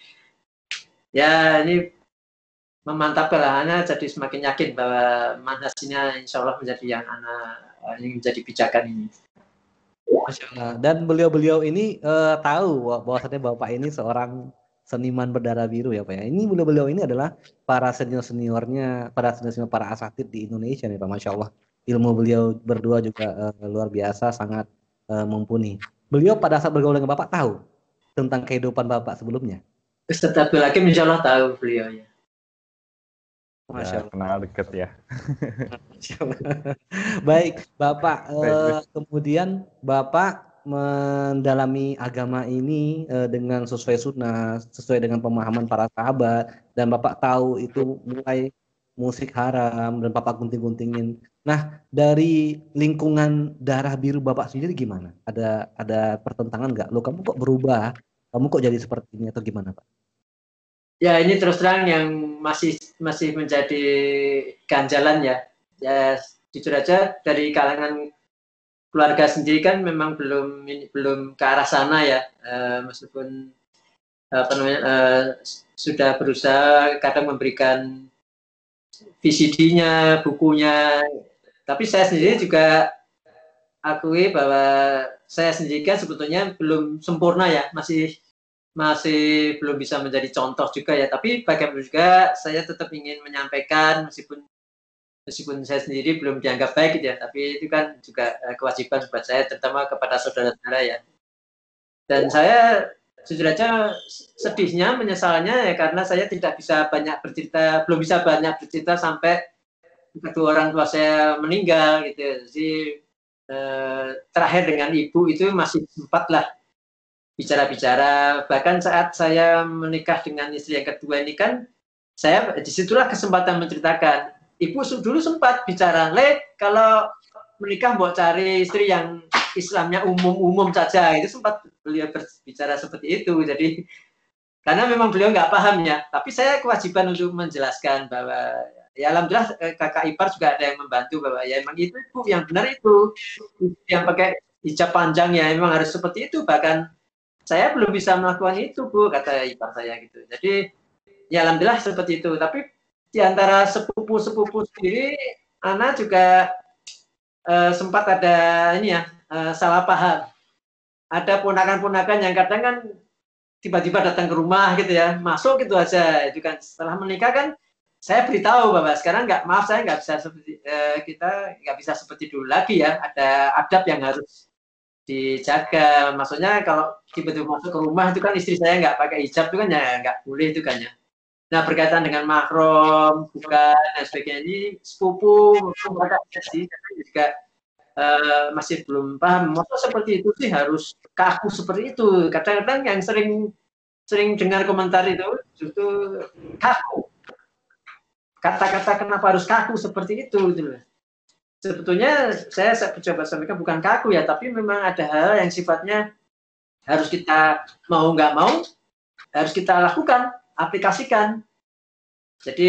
ya ini memantapkan lah, anak jadi semakin yakin bahwa manhajnya insya Allah menjadi yang anak ini menjadi pijakan ini. Masya Allah. Dan beliau-beliau ini uh, tahu bahwasannya Bapak ini seorang seniman berdarah biru ya Pak ya. Ini beliau-beliau ini adalah para senior-seniornya, para senior-senior para asatid di Indonesia nih Pak, Masya Allah. Ilmu beliau berdua juga uh, luar biasa, sangat uh, mumpuni. Beliau pada saat bergaul dengan Bapak tahu tentang kehidupan Bapak sebelumnya? Ustadz Abdul Hakim insya Allah tahu beliau ya. Masya Allah. Ya, kenal dekat ya. Masya Allah. Baik, Bapak. Uh, kemudian Bapak mendalami agama ini uh, dengan sesuai sunnah, sesuai dengan pemahaman para sahabat, dan Bapak tahu itu mulai musik haram dan Bapak gunting-guntingin. Nah, dari lingkungan darah biru Bapak sendiri gimana? Ada ada pertentangan nggak? Lo kamu kok berubah? Kamu kok jadi seperti ini atau gimana, Pak? Ya, ini terus terang yang masih masih menjadi ganjalan ya. Ya, jujur aja dari kalangan keluarga sendiri kan memang belum belum ke arah sana ya, uh, meskipun apa namanya uh, sudah berusaha kadang memberikan V C D-nya, bukunya, tapi saya sendiri juga akui bahwa saya sendiri kan sebetulnya belum sempurna ya, masih masih belum bisa menjadi contoh juga ya, tapi bagaimana juga saya tetap ingin menyampaikan meskipun meskipun saya sendiri belum dianggap baik gitu ya, tapi itu kan juga uh, kewajiban buat saya, terutama kepada saudara-saudara ya. Dan saya jujur aja sedihnya, menyesalnya ya karena saya tidak bisa banyak bercerita, belum bisa banyak bercerita sampai kedua orang tua saya meninggal gitu. Jadi eh, terakhir dengan ibu itu masih sempat lah bicara-bicara. Bahkan saat saya menikah dengan istri yang kedua ini kan, saya disitulah kesempatan menceritakan. Ibu dulu sempat bicara, Le, kalau menikah mau cari istri yang Islamnya umum-umum saja, itu sempat beliau berbicara seperti itu. Jadi karena memang beliau nggak paham ya, tapi saya kewajiban untuk menjelaskan bahwa ya alhamdulillah kakak ipar juga ada yang membantu bahwa ya emang itu ibu yang benar, itu yang pakai hijab panjang ya memang harus seperti itu, bahkan saya belum bisa melakukan itu Bu, kata ipar saya gitu. Jadi ya alhamdulillah seperti itu. Tapi di antara sepupu-sepupu sendiri, Ana juga uh, sempat ada ini ya, uh, salah paham. Ada ponakan-ponakan yang kadang kan tiba-tiba datang ke rumah gitu ya, masuk gitu aja. Itu kan setelah menikah kan saya beritahu bahwa sekarang nggak, maaf saya nggak bisa seperti uh, kita nggak bisa seperti dulu lagi ya. Ada adab yang harus dijaga. Maksudnya kalau tiba-tiba masuk ke rumah itu kan istri saya nggak pakai hijab itu kan ya nggak boleh itu kan ya. Nah, berkaitan dengan mahram, bukan dan sebagainya, ini sepupu, kakak sih juga uh, masih belum paham. Maksudnya seperti itu sih harus kaku seperti itu. Kadang-kadang yang sering sering dengar komentar itu justru kaku. Kata-kata kenapa harus kaku seperti itu gitu. Sebetulnya saya coba sampaikan bukan kaku ya, tapi memang ada hal yang sifatnya harus kita mau nggak mau harus kita lakukan, aplikasikan. Jadi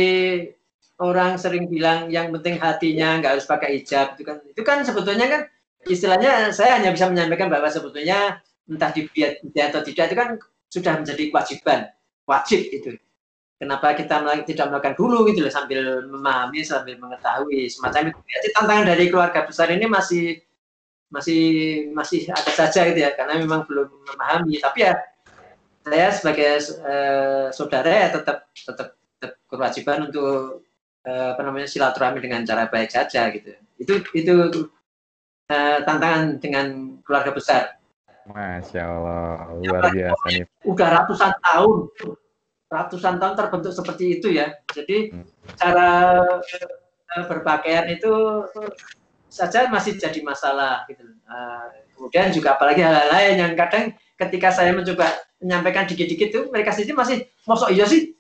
orang sering bilang yang penting hatinya, nggak harus pakai hijab, itu kan itu kan sebetulnya kan istilahnya saya hanya bisa menyampaikan bahwa sebetulnya entah dibiat atau tidak itu kan sudah menjadi kewajiban, wajib itu. Kenapa kita tidak melakukan dulu gitu loh, sambil memahami, sambil mengetahui semacam itu. Jadi tantangan dari keluarga besar ini masih masih masih ada saja gitu ya, karena memang belum memahami. Tapi ya saya sebagai uh, saudara ya tetap tetap tetap kewajiban untuk uh, apa namanya silaturahmi dengan cara baik saja gitu. Itu itu uh, tantangan dengan keluarga besar. Masya Allah, luar biasa nih. Udah ratusan tahun, ratusan tahun terbentuk seperti itu ya. Jadi hmm. cara uh, berpakaian itu saja masih jadi masalah gitu. Uh, kemudian juga apalagi hal-hal lain yang kadang ketika saya mencoba menyampaikan dikit-dikit itu mereka sendiri masih mosok iya sih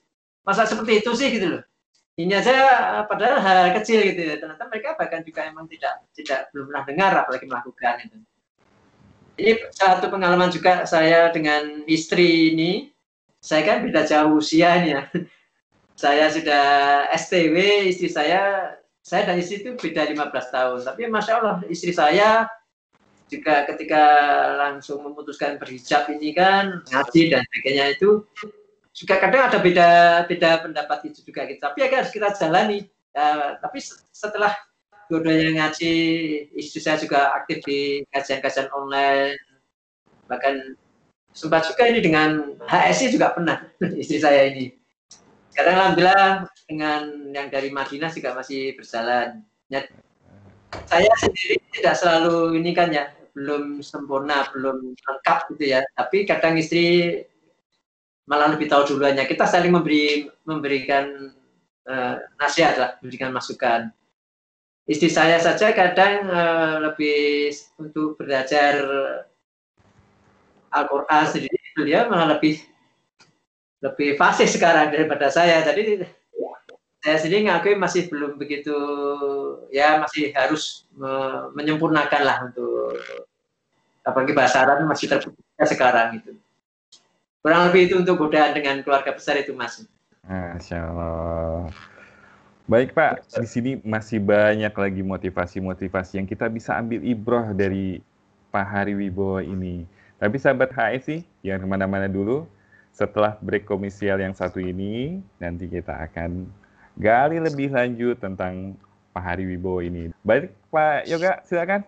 masa seperti itu sih gitu loh. Ini aja padahal hal kecil gitu ya. Ternyata mereka bahkan juga emang tidak tidak belum pernah dengar apalagi melakukan itu. Ini satu pengalaman juga saya dengan istri ini. Saya kan beda jauh usianya. Saya sudah S T W, istri saya, saya dan istri itu beda lima belas tahun. Tapi Masya Allah, istri saya juga ketika langsung memutuskan berhijab ini kan, ngaji dan sebagainya itu, juga kadang ada beda beda pendapat itu juga. Gitu. Tapi ya harus kita jalani. Ya, tapi setelah dua-duanya ngaji, istri saya juga aktif di kajian-kajian online, bahkan sempat juga ini dengan H S I juga pernah istri saya ini. Sekarang alhamdulillah dengan yang dari Madinah juga masih berjalan. Ya, saya sendiri tidak selalu ini kan ya, belum sempurna, belum lengkap gitu ya. Tapi kadang istri malah lebih tahu duluannya. Kita saling memberi memberikan uh, nasihat lah, memberikan masukan. Istri saya saja kadang uh, lebih untuk belajar Al-Quran sendiri, beliau malah lebih lebih fasih sekarang daripada saya. Jadi saya sendiri ngakui masih belum begitu, ya masih harus me menyempurnakan lah untuk apalagi bahasa Arab masih terbuka sekarang itu. Kurang lebih itu untuk godaan dengan keluarga besar itu Mas. Masya Allah. Baik Pak, di sini masih banyak lagi motivasi-motivasi yang kita bisa ambil ibroh dari Pak Hari Wibowo ini. Tapi sahabat H S I, jangan kemana-mana dulu. Setelah break komisial yang satu ini, nanti kita akan gali lebih lanjut tentang Pak Hari Wibowo ini. Baik Pak Yoga, silakan.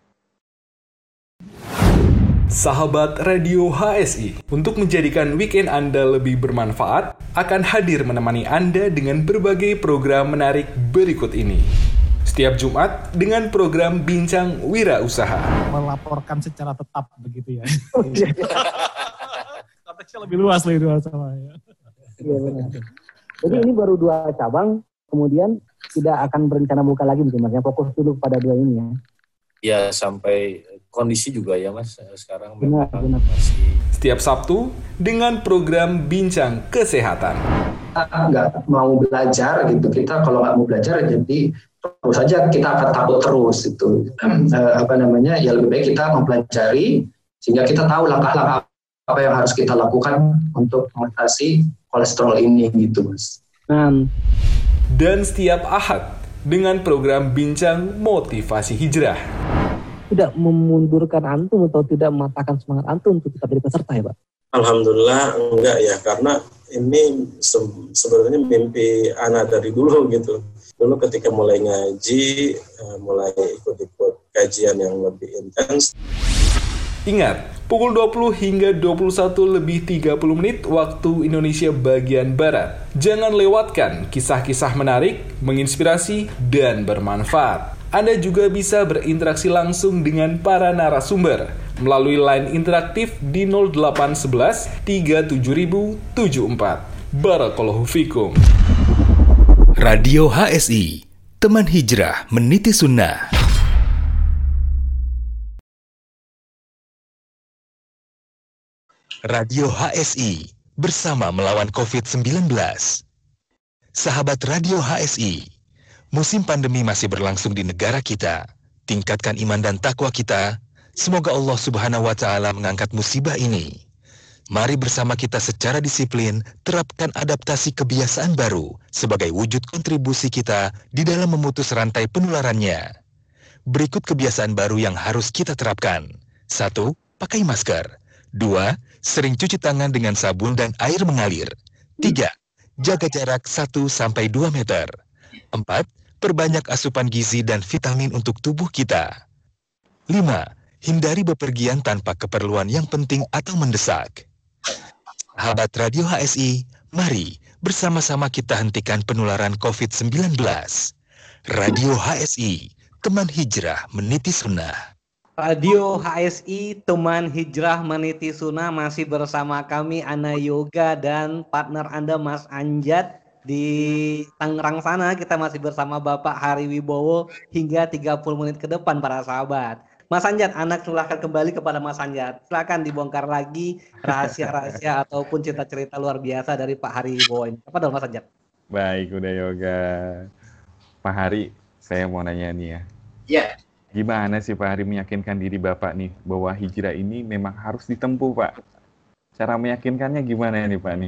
Sahabat Radio H S I, untuk menjadikan weekend Anda lebih bermanfaat, akan hadir menemani Anda dengan berbagai program menarik berikut ini. Setiap Jumat dengan program Bincang Wirausaha. Melaporkan secara tetap begitu ya. Konteksnya lebih luas lagi dua sama ya. Iya benar. Jadi ini baru dua cabang, kemudian tidak akan berencana buka lagi mungkin Mas. Fokus dulu pada dua ini ya. Ya sampai kondisi juga ya Mas sekarang benar, memang benar. masih. Setiap Sabtu dengan program Bincang Kesehatan. Kita nggak mau belajar gitu, kita kalau nggak mau belajar jadi terus saja kita akan takut terus itu eh, apa namanya ya lebih baik kita mempelajari sehingga kita tahu langkah-langkah apa yang harus kita lakukan untuk mengatasi kolesterol ini gitu Mas. Nah. Dan setiap Ahad dengan program Bincang Motivasi Hijrah. Tidak memundurkan antum atau tidak mematahkan semangat antum untuk tetap jadi peserta ya Pak? Alhamdulillah enggak ya, karena ini se sebenarnya mimpi anak dari dulu gitu. Dulu ketika mulai ngaji, mulai ikut-ikut kajian yang lebih intens. Ingat, pukul dua puluh hingga dua puluh satu lebih tiga puluh menit waktu Indonesia bagian Barat. Jangan lewatkan kisah-kisah menarik, menginspirasi, dan bermanfaat. Anda juga bisa berinteraksi langsung dengan para narasumber melalui line interaktif di nol delapan satu satu tiga tujuh nol nol tujuh empat. Barakallahu fikum. Radio H S I, teman hijrah meniti sunnah. Radio H S I, bersama melawan covid sembilan belas. Sahabat Radio H S I, musim pandemi masih berlangsung di negara kita. Tingkatkan iman dan takwa kita. Semoga Allah Subhanahu wa Ta'ala mengangkat musibah ini. Mari bersama kita secara disiplin terapkan adaptasi kebiasaan baru sebagai wujud kontribusi kita di dalam memutus rantai penularannya. Berikut kebiasaan baru yang harus kita terapkan. Satu, pakai masker. Dua, sering cuci tangan dengan sabun dan air mengalir. Tiga, jaga jarak satu sampai dua meter. Empat, perbanyak asupan gizi dan vitamin untuk tubuh kita. Lima, hindari bepergian tanpa keperluan yang penting atau mendesak. Sahabat Radio H S I, mari bersama-sama kita hentikan penularan covid sembilan belas. Radio H S I, teman hijrah meniti sunnah. Radio H S I, teman hijrah meniti sunnah, masih bersama kami Ana Yoga dan partner Anda Mas Anjat. Di Tangerang sana kita masih bersama Bapak Hari Wibowo hingga tiga puluh menit ke depan para sahabat. Mas Anjat, anak silahkan kembali kepada Mas Anjat. Silakan dibongkar lagi rahasia-rahasia ataupun cerita-cerita luar biasa dari Pak Hari Wibowo ini. Apa dong Mas Anjat? Baik, udah Yoga. Pak Hari, saya mau nanya nih ya. Ya. Gimana sih Pak Hari meyakinkan diri Bapak nih bahwa hijrah ini memang harus ditempuh, Pak? Cara meyakinkannya gimana nih Pak nih?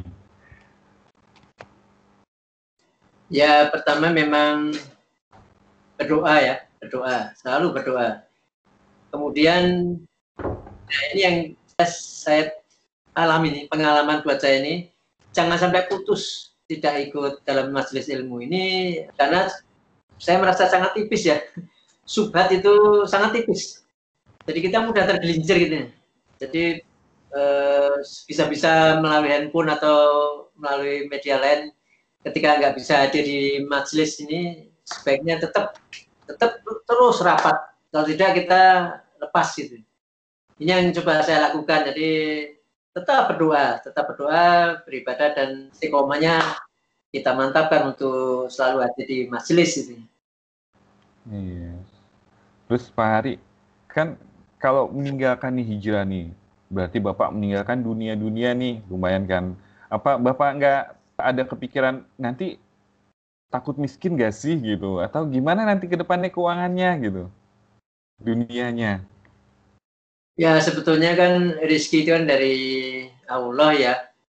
Ya, pertama memang berdoa ya, berdoa, selalu berdoa. Kemudian, nah ini yang saya alami nih, pengalaman buat saya ini, jangan sampai putus tidak ikut dalam majelis ilmu ini, karena saya merasa sangat tipis ya, subhat itu sangat tipis. Jadi kita mudah tergelincir gitu. Jadi eh, bisa-bisa melalui handphone atau melalui media lain, ketika nggak bisa hadir di majelis ini, sebaiknya tetap tetap terus rapat. Kalau tidak kita lepas gitu. Ini yang coba saya lakukan. Jadi tetap berdoa, tetap berdoa, beribadah, dan istiqomahnya kita mantapkan untuk selalu hadir di majelis itu. Iya. Terus Pak Hari, kan kalau meninggalkan nih hijrah nih, berarti Bapak meninggalkan dunia-dunia nih, lumayan kan? Apa Bapak nggak ada kepikiran nanti takut miskin gak sih gitu? Atau gimana nanti ke depannya keuangannya gitu? Dunianya. Ya sebetulnya kan rezeki itu kan dari Allah ya.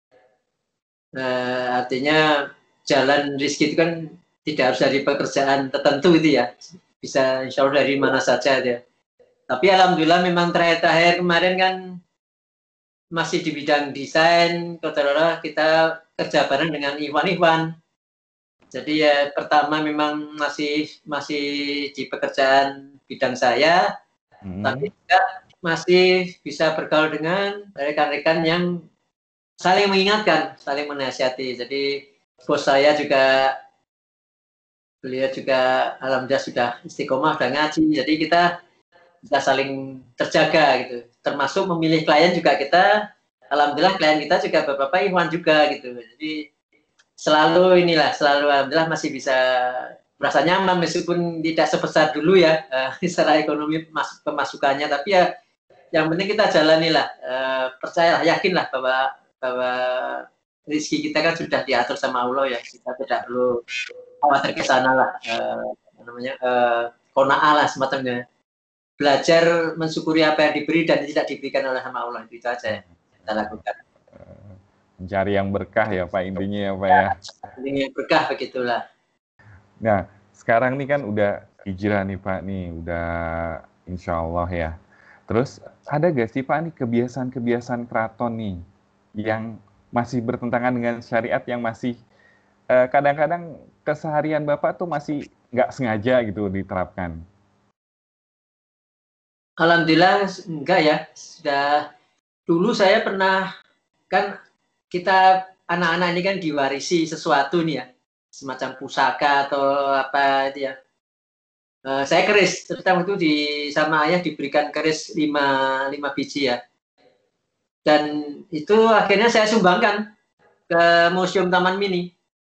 Nah, artinya jalan rezeki itu kan tidak harus dari pekerjaan tertentu gitu ya. Bisa insya Allah dari mana saja ya. Tapi alhamdulillah memang terakhir-terakhir kemarin kan masih di bidang desain, kebetulan kita kerja bareng dengan Iwan-Iwan. Jadi ya pertama memang masih masih di pekerjaan bidang saya, hmm. tapi juga masih bisa bergaul dengan rekan-rekan yang saling mengingatkan, saling menasihati. Jadi bos saya juga, beliau juga alhamdulillah sudah istiqomah, sudah ngaji. Jadi kita bisa saling terjaga gitu. Termasuk memilih klien juga kita, alhamdulillah klien kita juga beberapa Iwan juga gitu. Jadi selalu inilah, selalu alhamdulillah masih bisa merasa nyaman meskipun tidak sebesar dulu ya uh, secara ekonomi pemasukannya, tapi ya yang penting kita jalanilah, uh, percayalah, yakinlah bahwa bahwa rezeki kita kan sudah diatur sama Allah ya, kita tidak perlu khawatir ke sana lah, uh, namanya uh, qanaah lah semacamnya, belajar mensyukuri apa yang diberi dan tidak diberikan oleh sama Allah, itu aja yang kita lakukan. Mencari yang berkah ya Pak, intinya ya Pak ya. Intinya yang berkah begitulah. Nah, sekarang nih kan udah hijrah nih Pak nih, udah insya Allah ya. Terus ada gak sih Pak nih kebiasaan-kebiasaan keraton nih yang masih bertentangan dengan syariat, yang masih eh, kadang-kadang keseharian Bapak tuh masih nggak sengaja gitu diterapkan? Alhamdulillah enggak ya. Sudah dulu saya pernah, kan kita anak-anak ini kan diwarisi sesuatu nih ya, semacam pusaka atau apa itu ya. Uh, saya keris, terutama itu di sama ayah diberikan keris lima, lima biji ya. Dan itu akhirnya saya sumbangkan ke Museum Taman Mini,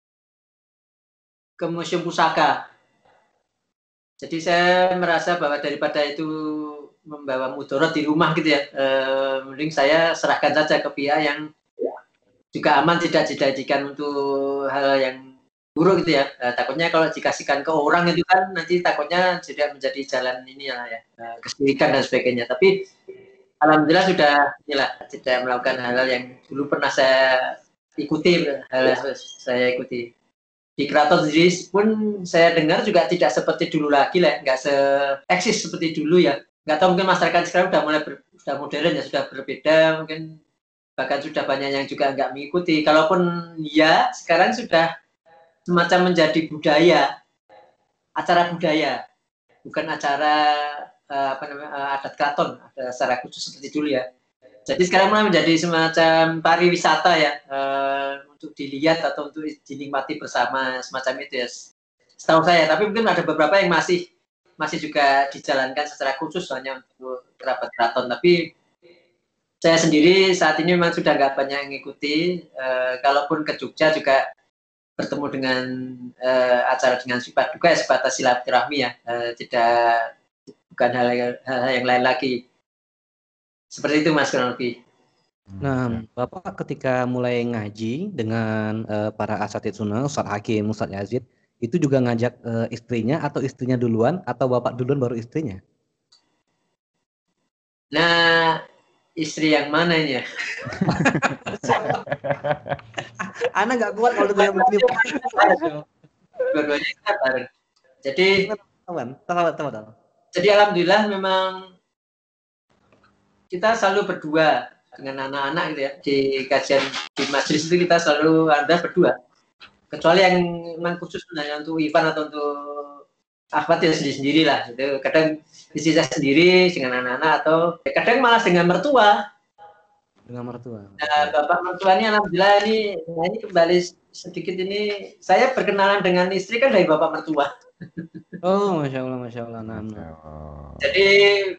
ke Museum Pusaka. Jadi saya merasa bahwa daripada itu membawa mudarat di rumah gitu ya, uh, mending saya serahkan saja ke pihak yang juga aman, tidak dijadikan untuk hal yang buruk gitu ya. Nah, takutnya kalau dikasihkan ke orang itu kan nanti takutnya tidak menjadi jalan ini lah ya, kesyirikan dan sebagainya. Tapi alhamdulillah sudah inilah, tidak melakukan hal-hal yang dulu pernah saya ikuti, hal yang saya ikuti. Di keraton sendiri pun saya dengar juga tidak seperti dulu lagi lah, nggak se-eksis seperti dulu ya. Nggak tahu, mungkin masyarakat sekarang sudah mulai ber, sudah modern ya, sudah berbeda, mungkin bahkan sudah banyak yang juga nggak mengikuti. Kalaupun ya, sekarang sudah semacam menjadi budaya, acara budaya, bukan acara uh, apa namanya uh, adat keraton, ada secara khusus seperti dulu ya. Jadi sekarang mulai menjadi semacam pariwisata ya, uh, untuk dilihat atau untuk dinikmati bersama, semacam itu ya. Setahu saya, tapi mungkin ada beberapa yang masih masih juga dijalankan secara khusus hanya untuk kerabat keraton. Tapi saya sendiri saat ini memang sudah nggak banyak yang ngikuti. Uh, kalaupun ke Jogja juga bertemu dengan uh, acara dengan sifat duka ya, sebatas silaturahmi ya, uh, tidak bukan hal hal yang lain lagi. Seperti itu Mas kurang lebih. Nah, Bapak ketika mulai ngaji dengan uh, para asatidz sunnah, Ustadz Hakim, Ustadz Yazid, itu juga ngajak uh, istrinya atau istrinya duluan atau Bapak duluan baru istrinya? Nah, istri yang mana ini ya? Ana nggak kuat kalau dengan begini. Dua-duanya kita bareng. Jadi, teman, teman, teman. Jadi alhamdulillah memang kita selalu berdua dengan anak-anak gitu ya. Di kajian di majelis itu kita selalu ada berdua. Kecuali yang memang khusus hanya untuk Ivan atau untuk Ahmad ya sendiri-sendiri lah. Gitu. Kadang istri saya sendiri dengan anak-anak atau kadang malah dengan mertua. Dengan mertua. Nah, bapak mertua ini alhamdulillah ini, nah ini kembali sedikit ini saya berkenalan dengan istri kan dari bapak mertua. Oh, masya Allah, masya Allah. Nah, jadi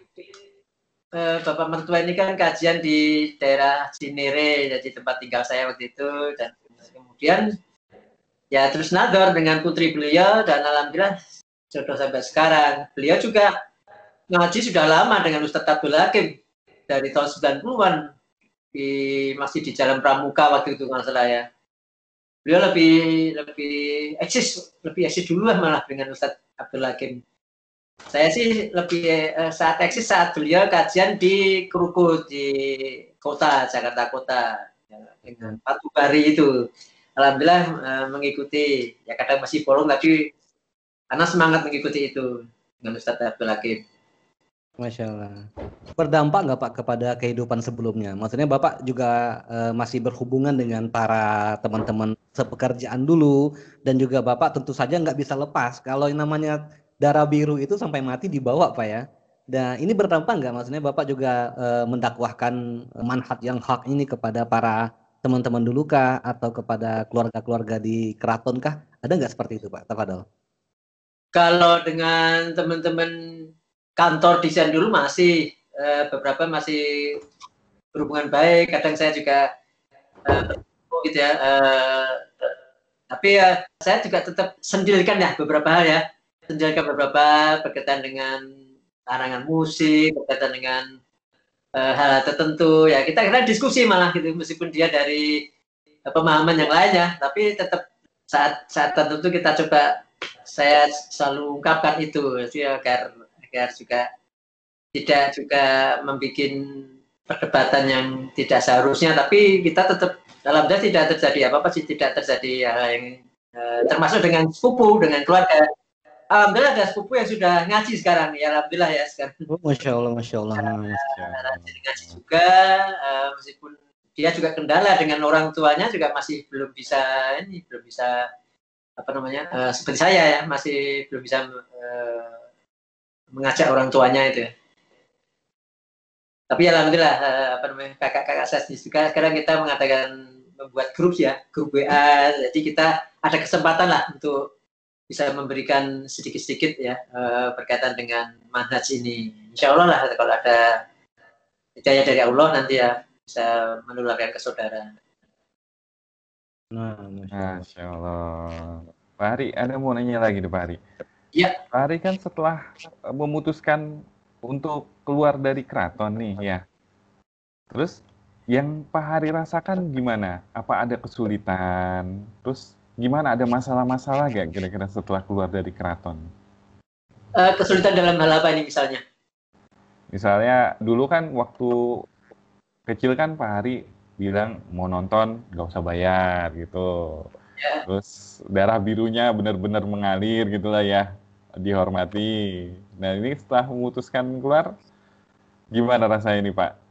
eh, bapak mertua ini kan kajian di daerah Cinere, jadi tempat tinggal saya waktu itu, dan kemudian ya terus nador dengan putri beliau dan alhamdulillah jodoh sampai sekarang. Beliau juga ngaji sudah lama dengan Ustadz Abdul Hakim dari tahun sembilan puluhan. Di, masih di Jalan Pramuka waktu itu kalau salah ya. Beliau lebih lebih eksis lebih eksis dulu lah malah dengan Ustadz Abdul Hakim. Saya sih lebih eh, saat eksis saat beliau kajian di Krukut di kota Jakarta Kota ya, dengan Pak Tubari itu. Alhamdulillah eh, mengikuti ya kadang masih bolong tapi karena semangat mengikuti itu dengan Ustadz Abdul Hakim. Masya Allah. Berdampak nggak Pak kepada kehidupan sebelumnya? Maksudnya Bapak juga e, masih berhubungan dengan para teman-teman sepekerjaan dulu dan juga Bapak tentu saja nggak bisa lepas kalau yang namanya darah biru itu sampai mati dibawa Pak ya. Dan ini berdampak nggak? Maksudnya Bapak juga e, mendakwahkan manhaj yang hak ini kepada para teman-teman dulu kah atau kepada keluarga-keluarga di keraton kah? Ada nggak seperti itu Pak? Tafadhol. Kalau dengan teman-teman kantor desain dulu masih uh, beberapa masih berhubungan baik, kadang saya juga uh, gitu ya uh, tapi ya uh, saya juga tetap sendirikan ya beberapa hal ya sendirikan beberapa berkaitan dengan larangan musik, berkaitan dengan uh, hal tertentu ya kita kita diskusi malah gitu meskipun dia dari uh, pemahaman yang lainnya tapi tetap saat saat tertentu kita coba saya selalu ungkapkan itu ya agar agar juga tidak juga membuat perdebatan yang tidak seharusnya, tapi kita tetap dalam dia tidak terjadi apa-apa sih, tidak terjadi hal yang eh, termasuk dengan sepupu, dengan keluarga. Alhamdulillah ada sepupu yang sudah ngaji sekarang, ya alhamdulillah ya sekarang. Oh, Masya Allah, Masya Allah. Rajin ngaji juga, uh, meskipun dia juga kendala dengan orang tuanya juga masih belum bisa ini, belum bisa apa namanya, uh, seperti saya ya, masih belum bisa uh, mengajak orang tuanya itu ya. Tapi alhamdulillah uh, apa namanya kakak-kakak saya juga sekarang kita mengatakan membuat grup ya, grup W A. Jadi kita ada kesempatan lah untuk bisa memberikan sedikit-sedikit ya uh, berkaitan dengan manhaj ini. Insya Allah lah kalau ada hidayah dari Allah nanti ya bisa menularkan ke saudara. Nah, Masya Allah. Pak Hari, ada mau nanya lagi nih Pak Hari. Iya. Pak Hari kan setelah memutuskan untuk keluar dari keraton nih ya. Terus yang Pak Hari rasakan gimana? Apa ada kesulitan? Terus gimana? Ada masalah-masalah gak kira-kira setelah keluar dari keraton? Uh, kesulitan dalam hal apa ini misalnya? Misalnya dulu kan waktu kecil kan Pak Hari bilang mau nonton gak usah bayar gitu. Ya. Terus darah birunya benar-benar mengalir gitulah ya, dihormati. Nah ini setelah memutuskan keluar, gimana rasanya ini Pak?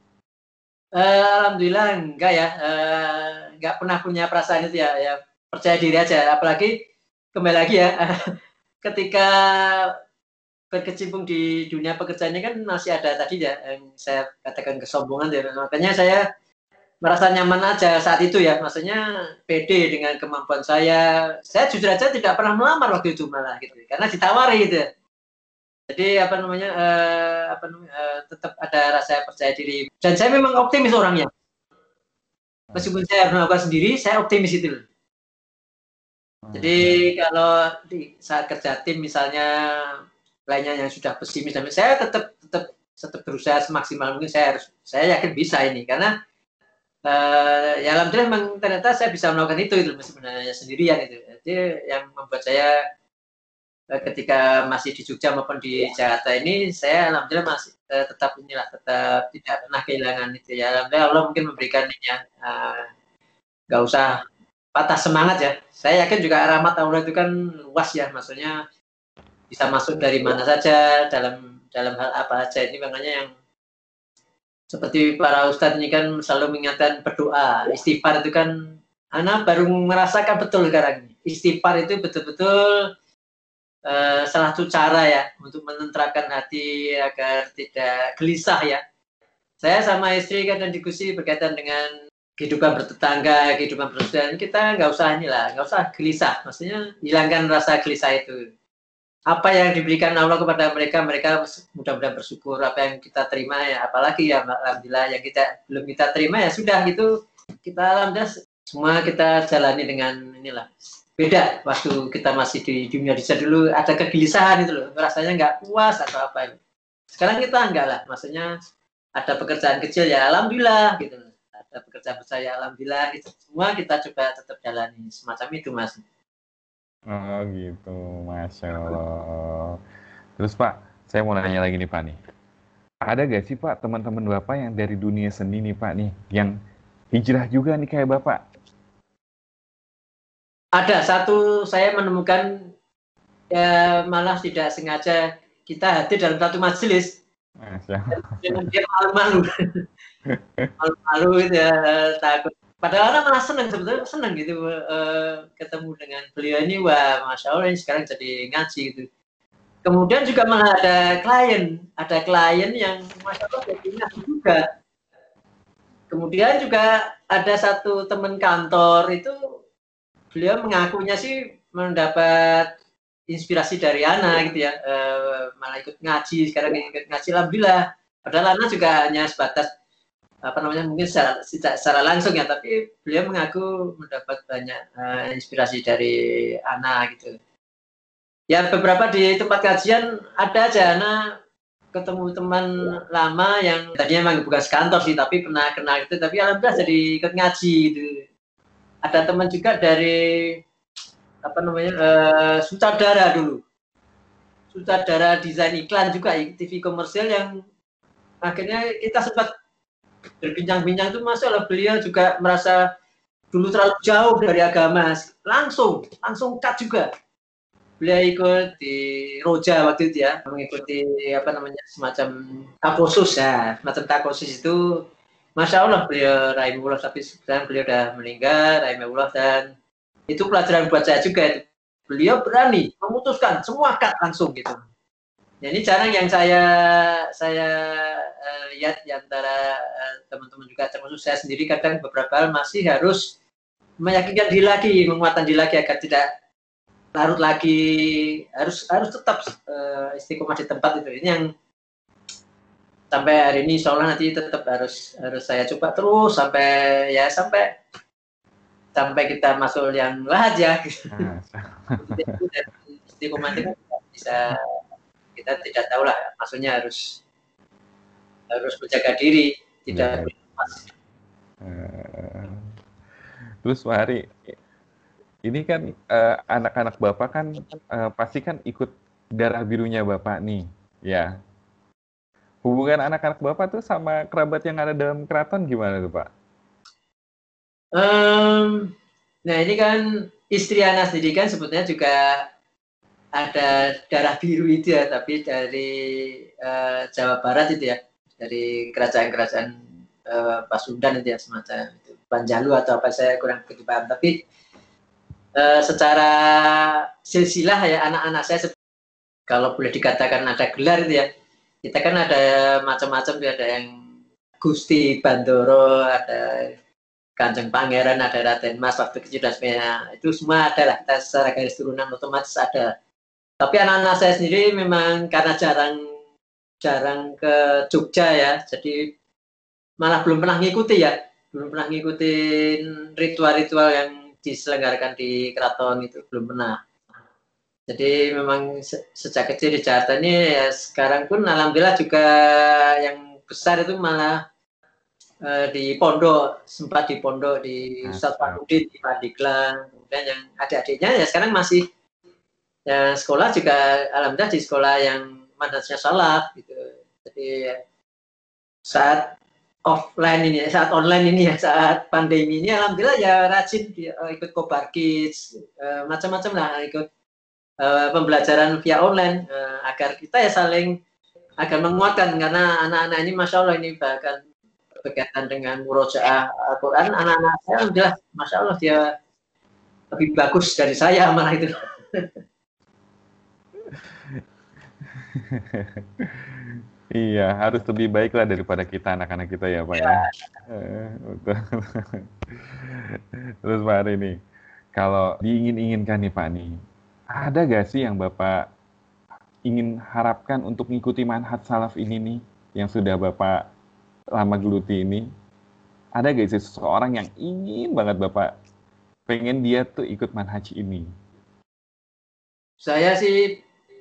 Uh, Alhamdulillah enggak ya, uh, enggak pernah punya perasaan itu ya, ya percaya diri aja. Apalagi kembali lagi ya, ketika berkecimpung di dunia pekerjaan ini kan masih ada tadi ya, yang saya katakan kesombongan ya. Makanya saya merasa nyaman aja saat itu ya, maksudnya pede dengan kemampuan saya. Saya jujur aja tidak pernah melamar waktu itu malah gitu, karena ditawari gitu. Jadi apa namanya, uh, apa namanya uh, tetap ada rasa percaya diri. Dan saya memang optimis orangnya. Meskipun saya harus melakukan sendiri, saya optimis itu. Jadi kalau di saat kerja tim misalnya lainnya yang sudah pesimis, dan saya tetap tetap tetap berusaha semaksimal mungkin. Saya harus, saya yakin bisa ini, karena uh, ya alhamdulillah memang ternyata saya bisa melakukan itu itu sebenarnya sendirian itu. Jadi yang membuat saya uh, ketika masih di Jogja maupun di Jakarta ini, saya alhamdulillah masih uh, tetap inilah tetap tidak pernah kehilangan itu ya. Alhamdulillah Allah mungkin memberikan ini ya, nggak uh, usah patah semangat ya. Saya yakin juga rahmat Allah itu kan luas ya, maksudnya bisa masuk dari mana saja, dalam dalam hal apa aja. Ini makanya yang seperti para ustadz ini kan selalu mengingatkan berdoa, istighfar itu kan, anak baru merasakan betul sekarang. Istighfar itu betul-betul uh, salah satu cara ya untuk menenteramkan hati agar tidak gelisah ya. Saya sama istri kadang diskusi berkaitan dengan kehidupan bertetangga, kehidupan bersaudara, kita nggak usah inilah, nggak usah gelisah. Maksudnya hilangkan rasa gelisah itu. Apa yang diberikan Allah kepada mereka, mereka mudah-mudahan bersyukur. Apa yang kita terima ya, apalagi ya alhamdulillah, yang kita belum kita terima ya sudah gitu. Kita alhamdulillah semua kita jalani dengan inilah. Beda waktu kita masih di dunia desa dulu, ada kegelisahan itu loh, rasanya nggak puas atau apa. Sekarang kita enggak lah, maksudnya ada pekerjaan kecil ya alhamdulillah gitu. Ada pekerjaan besar ya alhamdulillah gitu. Semua kita coba tetap jalani semacam itu Mas. Oh gitu, Masya Allah. Terus Pak, saya mau nanya lagi nih Pak nih. Ada gak sih Pak teman-teman Bapak yang dari dunia seni nih Pak nih, yang hijrah juga nih kayak Bapak? Ada satu, saya menemukan ya, malah tidak sengaja kita hadir dalam satu majelis. Masya Allah. Dia malu-malu. Malu-malu ya, takut. Padahal orang malah senang, sebetulnya senang gitu uh, ketemu dengan beliau ini. Wah, Masya Allah ini sekarang jadi ngaji gitu. Kemudian juga malah ada klien, ada klien yang Masya Allah jadi ngaji juga. Kemudian juga ada satu teman kantor itu, beliau mengakunya sih mendapat inspirasi dari Ana gitu ya, uh, malah ikut ngaji, sekarang ikut ngaji alhamdulillah. Padahal Ana juga hanya sebatas apa namanya mungkin secara, secara langsung ya, tapi beliau mengaku mendapat banyak uh, inspirasi dari Ana gitu. Ya beberapa di tempat kajian ada aja Ana ketemu teman lama yang tadinya memang bukan sekantor sih, tapi pernah kenal itu, tapi alhamdulillah jadi ikut ngaji gitu. Ada teman juga dari apa namanya uh, sutradara dulu, sutradara desain iklan juga T V komersial, yang akhirnya kita sempat berbincang-bincang itu masalah beliau juga merasa dulu terlalu jauh dari agama, langsung langsung cut juga. Beliau ikut di Roja waktu itu ya, mengikuti apa namanya semacam takosus ya, semacam takosus itu, Masya Allah beliau rahimahullah, tapi sekarang beliau udah meninggal rahimahullah, dan itu pelajaran buat saya juga itu. Beliau berani memutuskan semua cut langsung gitu. Ya, ini jarang yang saya saya uh, lihat di antara uh, teman-teman juga, termasuk saya sendiri, kadang beberapa hal masih harus meyakinkan diri lagi, menguatkan diri lagi agar tidak larut lagi, harus harus tetap uh, istiqomah di tempat itu. Ini yang sampai hari ini insya Allah nanti tetap harus harus saya coba terus sampai ya sampai sampai kita masuk yang lahat ya. Istiqomah itu bisa, kita tidak tahu lah, maksudnya harus harus menjaga diri, tidak lepas. Uh, terus Pak Hari, ini kan uh, anak-anak Bapak kan uh, pasti kan ikut darah birunya Bapak nih, ya. Hubungan anak-anak Bapak tuh sama kerabat yang ada dalam keraton gimana tuh Pak? Um, nah ini kan istri Ana sendiri kan sebetulnya juga ada darah biru itu ya, tapi dari uh, Jawa Barat itu ya, dari kerajaan-kerajaan uh, Pasundan itu ya, semacam itu, Panjalu atau apa, saya kurang begitu paham. Tapi uh, secara silsilah ya, anak-anak saya kalau boleh dikatakan ada gelar itu ya, kita kan ada macam-macam, ada yang Gusti Bandoro, ada Kanjeng Pangeran, ada Raden Mas waktu kecil dan sebagainya, itu semua ada lah, kita secara garis turunan otomatis ada. Tapi anak-anak saya sendiri memang karena jarang jarang ke Jogja ya, jadi malah belum pernah ngikuti ya, belum pernah ngikutin ritual-ritual yang diselenggarakan di keraton itu, belum pernah. Jadi memang se sejak kecil di Jakarta ini ya sekarang pun alhamdulillah juga yang besar itu malah uh, di pondok, sempat di pondok di Ustadz Fakudin di Pandeglang, kemudian yang adik-adiknya ya sekarang masih ya sekolah juga alhamdulillah di sekolah yang manhajnya salaf gitu. Jadi saat offline ini, saat online ini ya, saat pandemi ini alhamdulillah ya rajin dia, uh, ikut Kobar Kids, uh, macam-macam lah ikut Uh, pembelajaran via online uh, agar kita ya saling agar menguatkan karena anak-anak ini masya Allah ini bahkan berkaitan dengan murojaah Al-Quran, anak-anak saya alhamdulillah masya Allah dia lebih bagus dari saya malah itu. Iya, harus lebih baik lah daripada kita anak-anak kita ya Pak ya. ya. Eh, betul. Terus Pak Ari nih, kalau diingin-inginkan nih Pak nih, ada gak sih yang Bapak ingin harapkan untuk mengikuti manhaj salaf ini nih, yang sudah Bapak lama geluti ini? Ada gak sih seseorang yang ingin banget Bapak pengen dia tuh ikut manhaj ini? Saya sih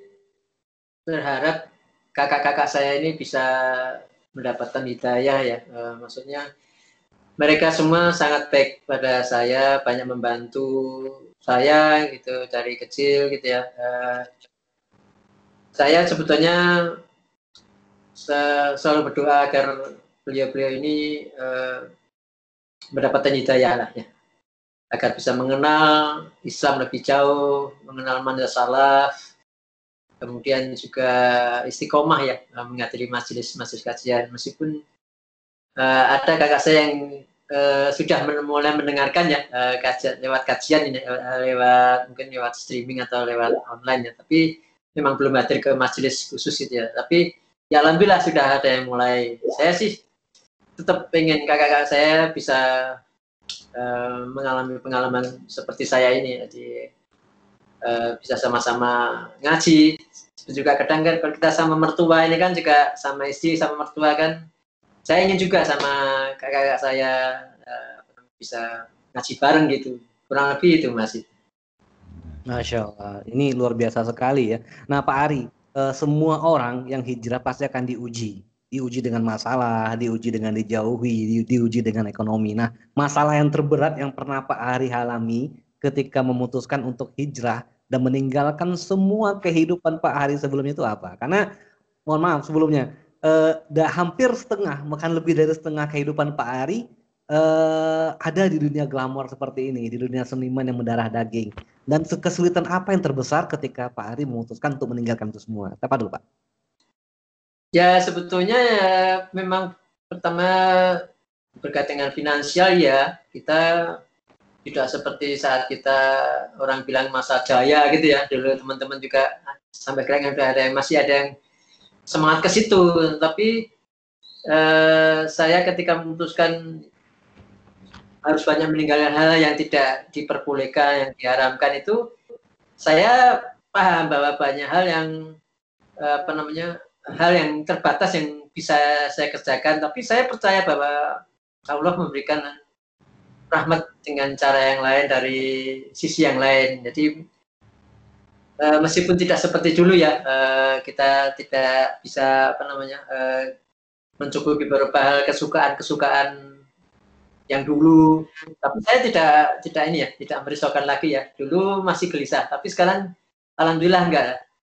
berharap kakak-kakak saya ini bisa mendapatkan hidayah ya. E, maksudnya mereka semua sangat baik pada saya, banyak membantu saya gitu dari kecil gitu ya. Uh, saya sebetulnya selalu berdoa agar beliau-beliau ini uh, mendapatkan hidayah lah ya, agar bisa mengenal Islam lebih jauh, mengenal manhaj salaf, kemudian juga istiqomah ya menghadiri majelis-majelis kajian. Meskipun uh, ada kakak saya yang Uh, sudah men mulai mendengarkan ya uh, kajian, lewat kajian ini uh, lewat mungkin lewat streaming atau lewat online ya, tapi memang belum hadir ke majelis khusus gitu ya. Tapi ya alhamdulillah sudah ada yang mulai. Saya sih tetap pengen kakak-kakak saya bisa uh, mengalami pengalaman seperti saya ini, jadi uh, bisa sama-sama ngaji. Juga kadang kan kalau kita sama mertua ini kan juga sama istri sama mertua kan. Saya ingin juga sama kakak-kakak saya uh, bisa ngaji bareng gitu. Kurang lebih itu Mas. Masya Allah, ini luar biasa sekali ya. Nah Pak Ari, uh, semua orang yang hijrah pasti akan diuji. Diuji dengan masalah, diuji dengan dijauhi, di, diuji dengan ekonomi. Nah masalah yang terberat yang pernah Pak Ari alami ketika memutuskan untuk hijrah dan meninggalkan semua kehidupan Pak Ari sebelumnya itu apa? Karena mohon maaf sebelumnya, Uh, dah hampir setengah, bahkan lebih dari setengah kehidupan Pak Ari uh, ada di dunia glamor seperti ini, di dunia seniman yang mendarah daging. Dan kesulitan apa yang terbesar ketika Pak Ari memutuskan untuk meninggalkan itu semua? Apa dulu Pak? Ya sebetulnya ya, memang pertama berkaitan dengan finansial ya, kita tidak seperti saat kita orang bilang masa jaya gitu ya, dulu teman-teman juga sampai sekarang ada yang masih ada yang semangat ke situ, tapi eh, saya ketika memutuskan harus banyak meninggalkan hal yang tidak diperbolehkan, yang diharamkan itu, saya paham bahwa banyak hal yang eh, apa namanya hal yang terbatas yang bisa saya kerjakan, tapi saya percaya bahwa Allah memberikan rahmat dengan cara yang lain dari sisi yang lain. Jadi Uh, meskipun tidak seperti dulu ya, uh, kita tidak bisa apa namanya uh, mencukupi beberapa hal kesukaan-kesukaan yang dulu. Tapi saya tidak tidak ini ya, tidak merisaukan lagi ya. Dulu masih gelisah, tapi sekarang alhamdulillah enggak.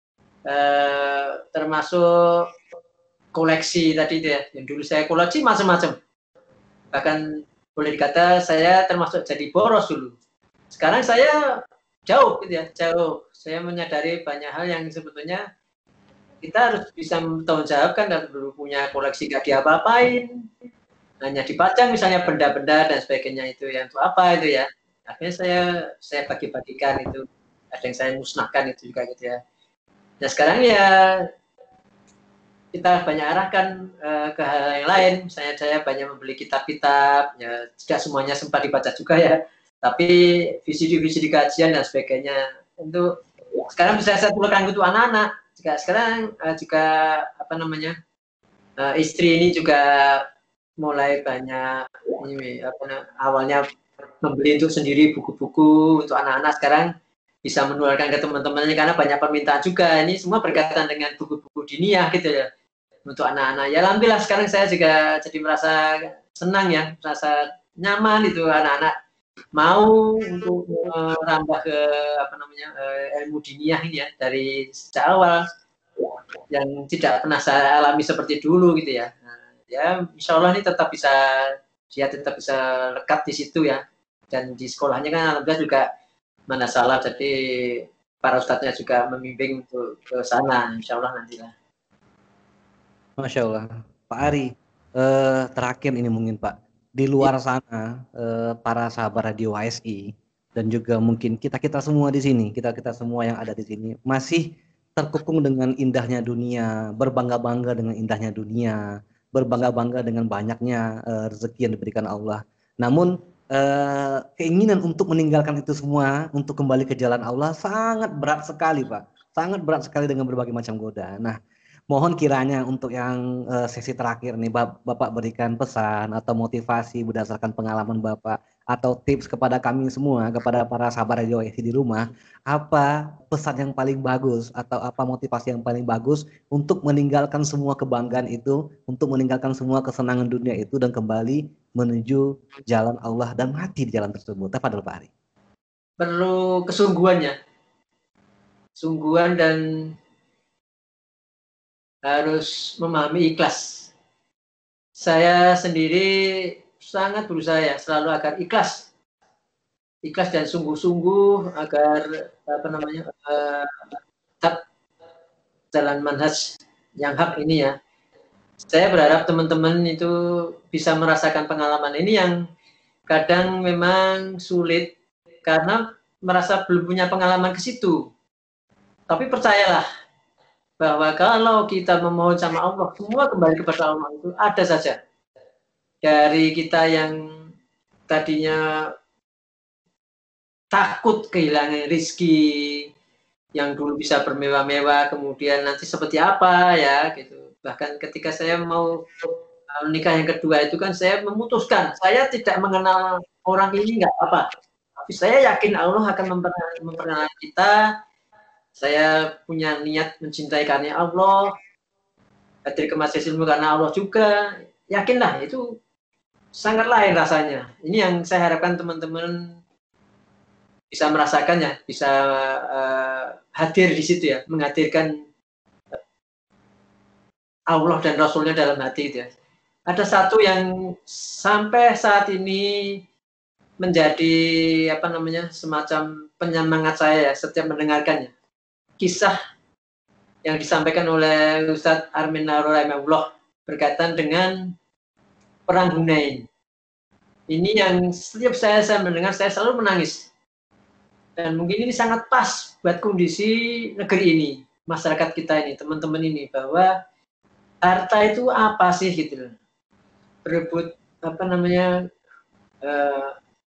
Uh, termasuk koleksi tadi ya, yang dulu saya koleksi macam-macam. Bahkan boleh dikata saya termasuk jadi boros dulu. Sekarang saya jauh gitu ya, jauh. Saya menyadari banyak hal yang sebetulnya kita harus bisa bertanggung jawabkan, dan dulu punya koleksi gak diapa-apain, hanya dipajang misalnya benda-benda dan sebagainya, itu yang untuk apa itu ya. Akhirnya saya saya bagi-bagikan itu, ada yang saya musnahkan itu juga gitu ya. Nah sekarang ya kita banyak arahkan uh, ke hal yang lain, misalnya saya banyak membeli kitab-kitab, ya tidak semuanya sempat dibaca juga ya, tapi V C D-V C D kajian dan sebagainya. Untuk sekarang bisa saya tularkan untuk anak-anak. Jika sekarang uh, juga apa namanya uh, istri ini juga mulai banyak ini apa awalnya membeli untuk sendiri buku-buku untuk anak-anak, sekarang bisa menularkan ke teman-temannya karena banyak permintaan juga. Ini semua berkaitan dengan buku-buku diniyah gitu ya untuk anak-anak. Ya alhamdulillah sekarang saya juga jadi merasa senang ya, merasa nyaman itu anak-anak mau untuk merambah ke apa namanya ilmu diniyah ini ya dari sejak awal yang tidak pernah saya alami seperti dulu gitu ya. Nah, ya insya Allah ini tetap bisa dia tetap bisa lekat di situ ya. Dan di sekolahnya kan alhamdulillah juga mana salah, jadi para ustadznya juga membimbing untuk ke sana insya Allah nantilah. Masya Allah. Pak Ari, eh, terakhir ini mungkin Pak, di luar sana eh, para sahabat radio H S I dan juga mungkin kita-kita semua di sini, kita-kita semua yang ada di sini masih terkukung dengan indahnya dunia, berbangga-bangga dengan indahnya dunia, berbangga-bangga dengan banyaknya uh, rezeki yang diberikan Allah. Namun uh, keinginan untuk meninggalkan itu semua, untuk kembali ke jalan Allah sangat berat sekali Pak, sangat berat sekali dengan berbagai macam godaan. Nah, mohon kiranya untuk yang uh, sesi terakhir nih Bapak berikan pesan atau motivasi berdasarkan pengalaman Bapak atau tips kepada kami semua, kepada para sahabat radio H S I di rumah, apa pesan yang paling bagus atau apa motivasi yang paling bagus untuk meninggalkan semua kebanggaan itu, untuk meninggalkan semua kesenangan dunia itu dan kembali menuju jalan Allah dan mati di jalan tersebut. Tafadhol Pak Ari. Perlu kesungguhannya, sungguhan dan harus memahami ikhlas. Saya sendiri sangat berusaha ya selalu agar ikhlas, ikhlas dan sungguh-sungguh agar apa namanya uh, tetap jalan manhaj yang hak ini ya. Saya berharap teman-teman itu bisa merasakan pengalaman ini yang kadang memang sulit karena merasa belum punya pengalaman ke situ. Tapi percayalah bahwa kalau kita memohon sama Allah, semua kembali kepada Allah itu ada saja. Dari kita yang tadinya takut kehilangan rizki, yang dulu bisa bermewah-mewah, kemudian nanti seperti apa ya gitu. Bahkan ketika saya mau menikah yang kedua itu kan saya memutuskan, saya tidak mengenal orang ini nggak apa, tapi saya yakin Allah akan memperkenalkan kita. Saya punya niat mencintai karena Allah, hadir ke majelis ilmu karena Allah juga. Yakinlah itu sangat lain rasanya. Ini yang saya harapkan teman-teman bisa merasakannya, bisa uh, hadir di situ ya, menghadirkan Allah dan Rasulnya dalam hati itu ya. Ada satu yang sampai saat ini menjadi apa namanya semacam penyemangat saya ya, setiap mendengarkannya. Kisah yang disampaikan oleh Ustadz Armin Narul Rahimahullah berkaitan dengan Perang Hunain. Ini yang setiap saya, saya mendengar, saya selalu menangis. Dan mungkin ini sangat pas buat kondisi negeri ini, masyarakat kita ini, teman-teman ini, bahwa harta itu apa sih gitu. Berebut, apa namanya, uh,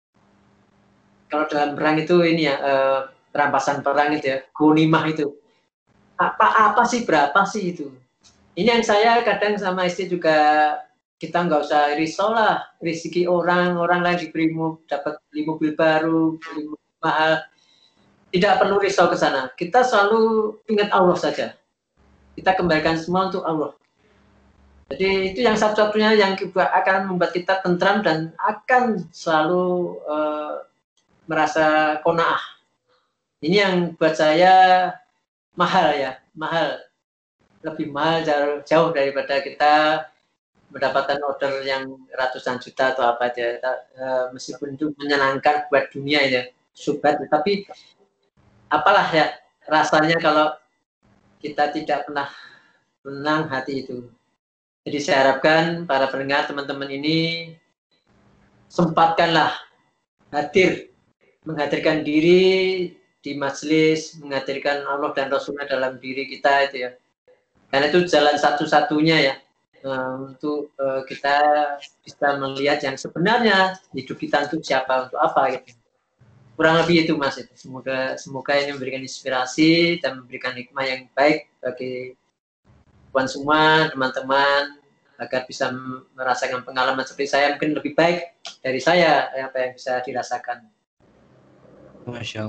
kalau dalam perang itu ini ya, uh, perampasan perang itu ya, ghanimah itu. Apa-apa sih, berapa sih itu. Ini yang saya kadang sama istri juga, kita nggak usah risau lah, rezeki orang, orang lain diberi dapat beli mobil baru, beli mobil mahal. Tidak perlu risau ke sana. Kita selalu ingat Allah saja. Kita kembalikan semua untuk Allah. Jadi itu yang satu-satunya yang akan membuat kita tentram dan akan selalu uh, merasa qanaah. Ini yang buat saya mahal ya, mahal. Lebih mahal jauh, jauh daripada kita mendapatkan order yang ratusan juta atau apa aja. Uh, meskipun itu menyenangkan buat dunia ya, subhat. Tapi apalah ya rasanya kalau kita tidak pernah menang hati itu. Jadi saya harapkan para pendengar teman-teman ini sempatkanlah hadir, menghadirkan diri di majelis, menghadirkan Allah dan Rasulnya dalam diri kita itu ya. Karena itu jalan satu-satunya ya uh, untuk uh, kita bisa melihat yang sebenarnya hidup kita untuk siapa, untuk apa gitu. Kurang lebih itu Mas. Semoga semoga ini memberikan inspirasi dan memberikan hikmah yang baik bagi teman semua, teman-teman, agar bisa merasakan pengalaman seperti saya, mungkin lebih baik dari saya apa yang bisa dirasakan. Masya Allah.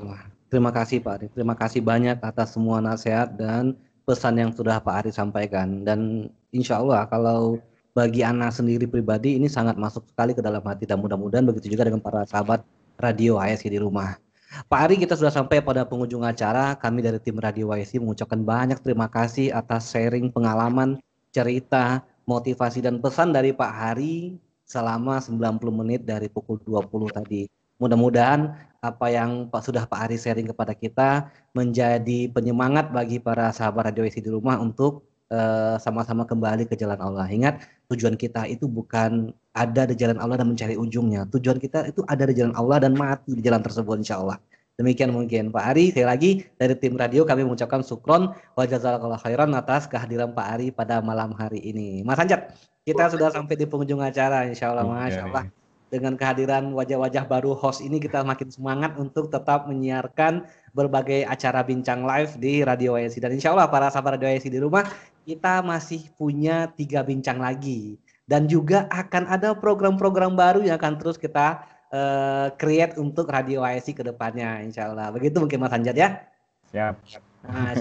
Terima kasih Pak Ari, terima kasih banyak atas semua nasihat dan pesan yang sudah Pak Ari sampaikan. Dan insya Allah kalau bagi Ana sendiri pribadi ini sangat masuk sekali ke dalam hati, dan mudah-mudahan begitu juga dengan para sahabat Radio H S I di rumah. Pak Ari, kita sudah sampai pada penghujung acara. Kami dari tim Radio H S I mengucapkan banyak terima kasih atas sharing pengalaman, cerita, motivasi dan pesan dari Pak Hari selama sembilan puluh menit dari pukul dua puluh tadi. Mudah-mudahan apa yang Pak sudah Pak Ari sharing kepada kita menjadi penyemangat bagi para sahabat Radio H S I di rumah untuk uh, sama-sama kembali ke jalan Allah. Ingat, tujuan kita itu bukan ada di jalan Allah dan mencari ujungnya. Tujuan kita itu ada di jalan Allah dan mati di jalan tersebut insya Allah. Demikian mungkin Pak Ari. Sekali lagi dari tim radio kami mengucapkan syukron wa jazakallahu khairan atas kehadiran Pak Ari pada malam hari ini. Mas Anjat, kita sudah sampai di penghujung acara insya Allah. Masya Allah. Dengan kehadiran wajah-wajah baru host ini kita makin semangat untuk tetap menyiarkan berbagai acara bincang live di Radio H S I. Dan insya Allah para sahabat Radio H S I di rumah, kita masih punya tiga bincang lagi. Dan juga akan ada program-program baru yang akan terus kita uh, create untuk Radio H S I ke depannya insya Allah. Begitu mungkin Mas Anjat ya? Siap. Nah,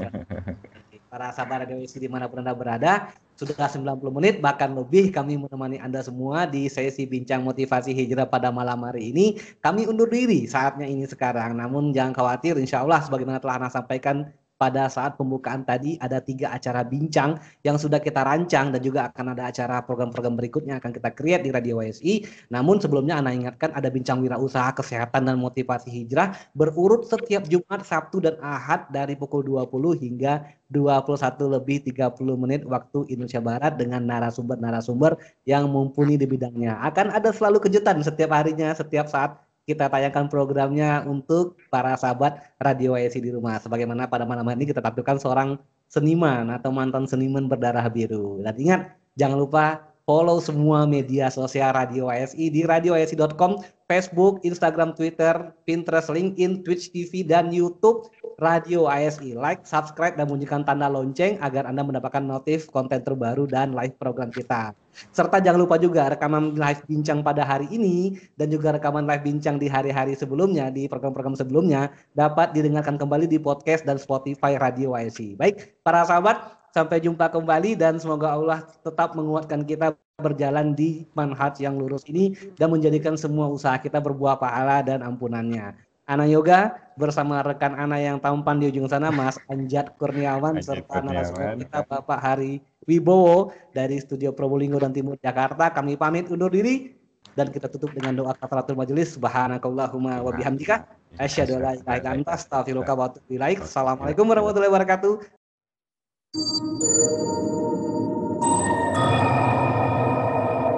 para sahabat Radio H S I dimanapun Anda berada, sudah sembilan puluh menit bahkan lebih kami menemani Anda semua di sesi bincang motivasi hijrah pada malam hari ini. Kami undur diri saatnya ini sekarang, namun jangan khawatir, insya Allah sebagaimana telah Anda sampaikan pada saat pembukaan tadi, ada tiga acara bincang yang sudah kita rancang dan juga akan ada acara program-program berikutnya akan kita create di Radio H S I. Namun sebelumnya Anda ingatkan ada bincang wirausaha, kesehatan dan motivasi hijrah berurut setiap Jumat, Sabtu dan Ahad dari pukul dua puluh hingga dua puluh satu lebih tiga puluh menit waktu Indonesia Barat dengan narasumber-narasumber yang mumpuni di bidangnya. Akan ada selalu kejutan setiap harinya, setiap saat kita tayangkan programnya untuk para sahabat Radio H S I di rumah. Sebagaimana pada malam hari ini kita tampilkan seorang seniman atau mantan seniman berdarah biru. Dan ingat, jangan lupa follow semua media sosial Radio H S I di radio h s i dot com, Facebook, Instagram, Twitter, Pinterest, LinkedIn, Twitch T V, dan YouTube Radio H S I. Like, subscribe, dan bunyikan tanda lonceng agar Anda mendapatkan notif konten terbaru dan live program kita. Serta jangan lupa juga rekaman live bincang pada hari ini dan juga rekaman live bincang di hari-hari sebelumnya, di program-program sebelumnya dapat didengarkan kembali di podcast dan Spotify Radio H S I. Baik, para sahabat, sampai jumpa kembali dan semoga Allah tetap menguatkan kita berjalan di manhaj yang lurus ini dan menjadikan semua usaha kita berbuah pahala dan ampunannya. Ana Yoga bersama rekan Ana yang tampan di ujung sana, Mas Anjat Kurniawan, Anjat serta narasumber kita Bapak Hari Wibowo dari Studio Probolinggo dan Timur Jakarta. Kami pamit undur diri dan kita tutup dengan doa kafaratul majelis. Subhanakallahumma wa bihamdika asyhadu an la ilaha illa anta astaghfiruka wa atubu ilaik. Assalamualaikum warahmatullahi wabarakatuh.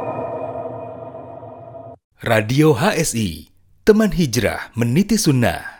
Radio H S I, teman hijrah meniti sunnah.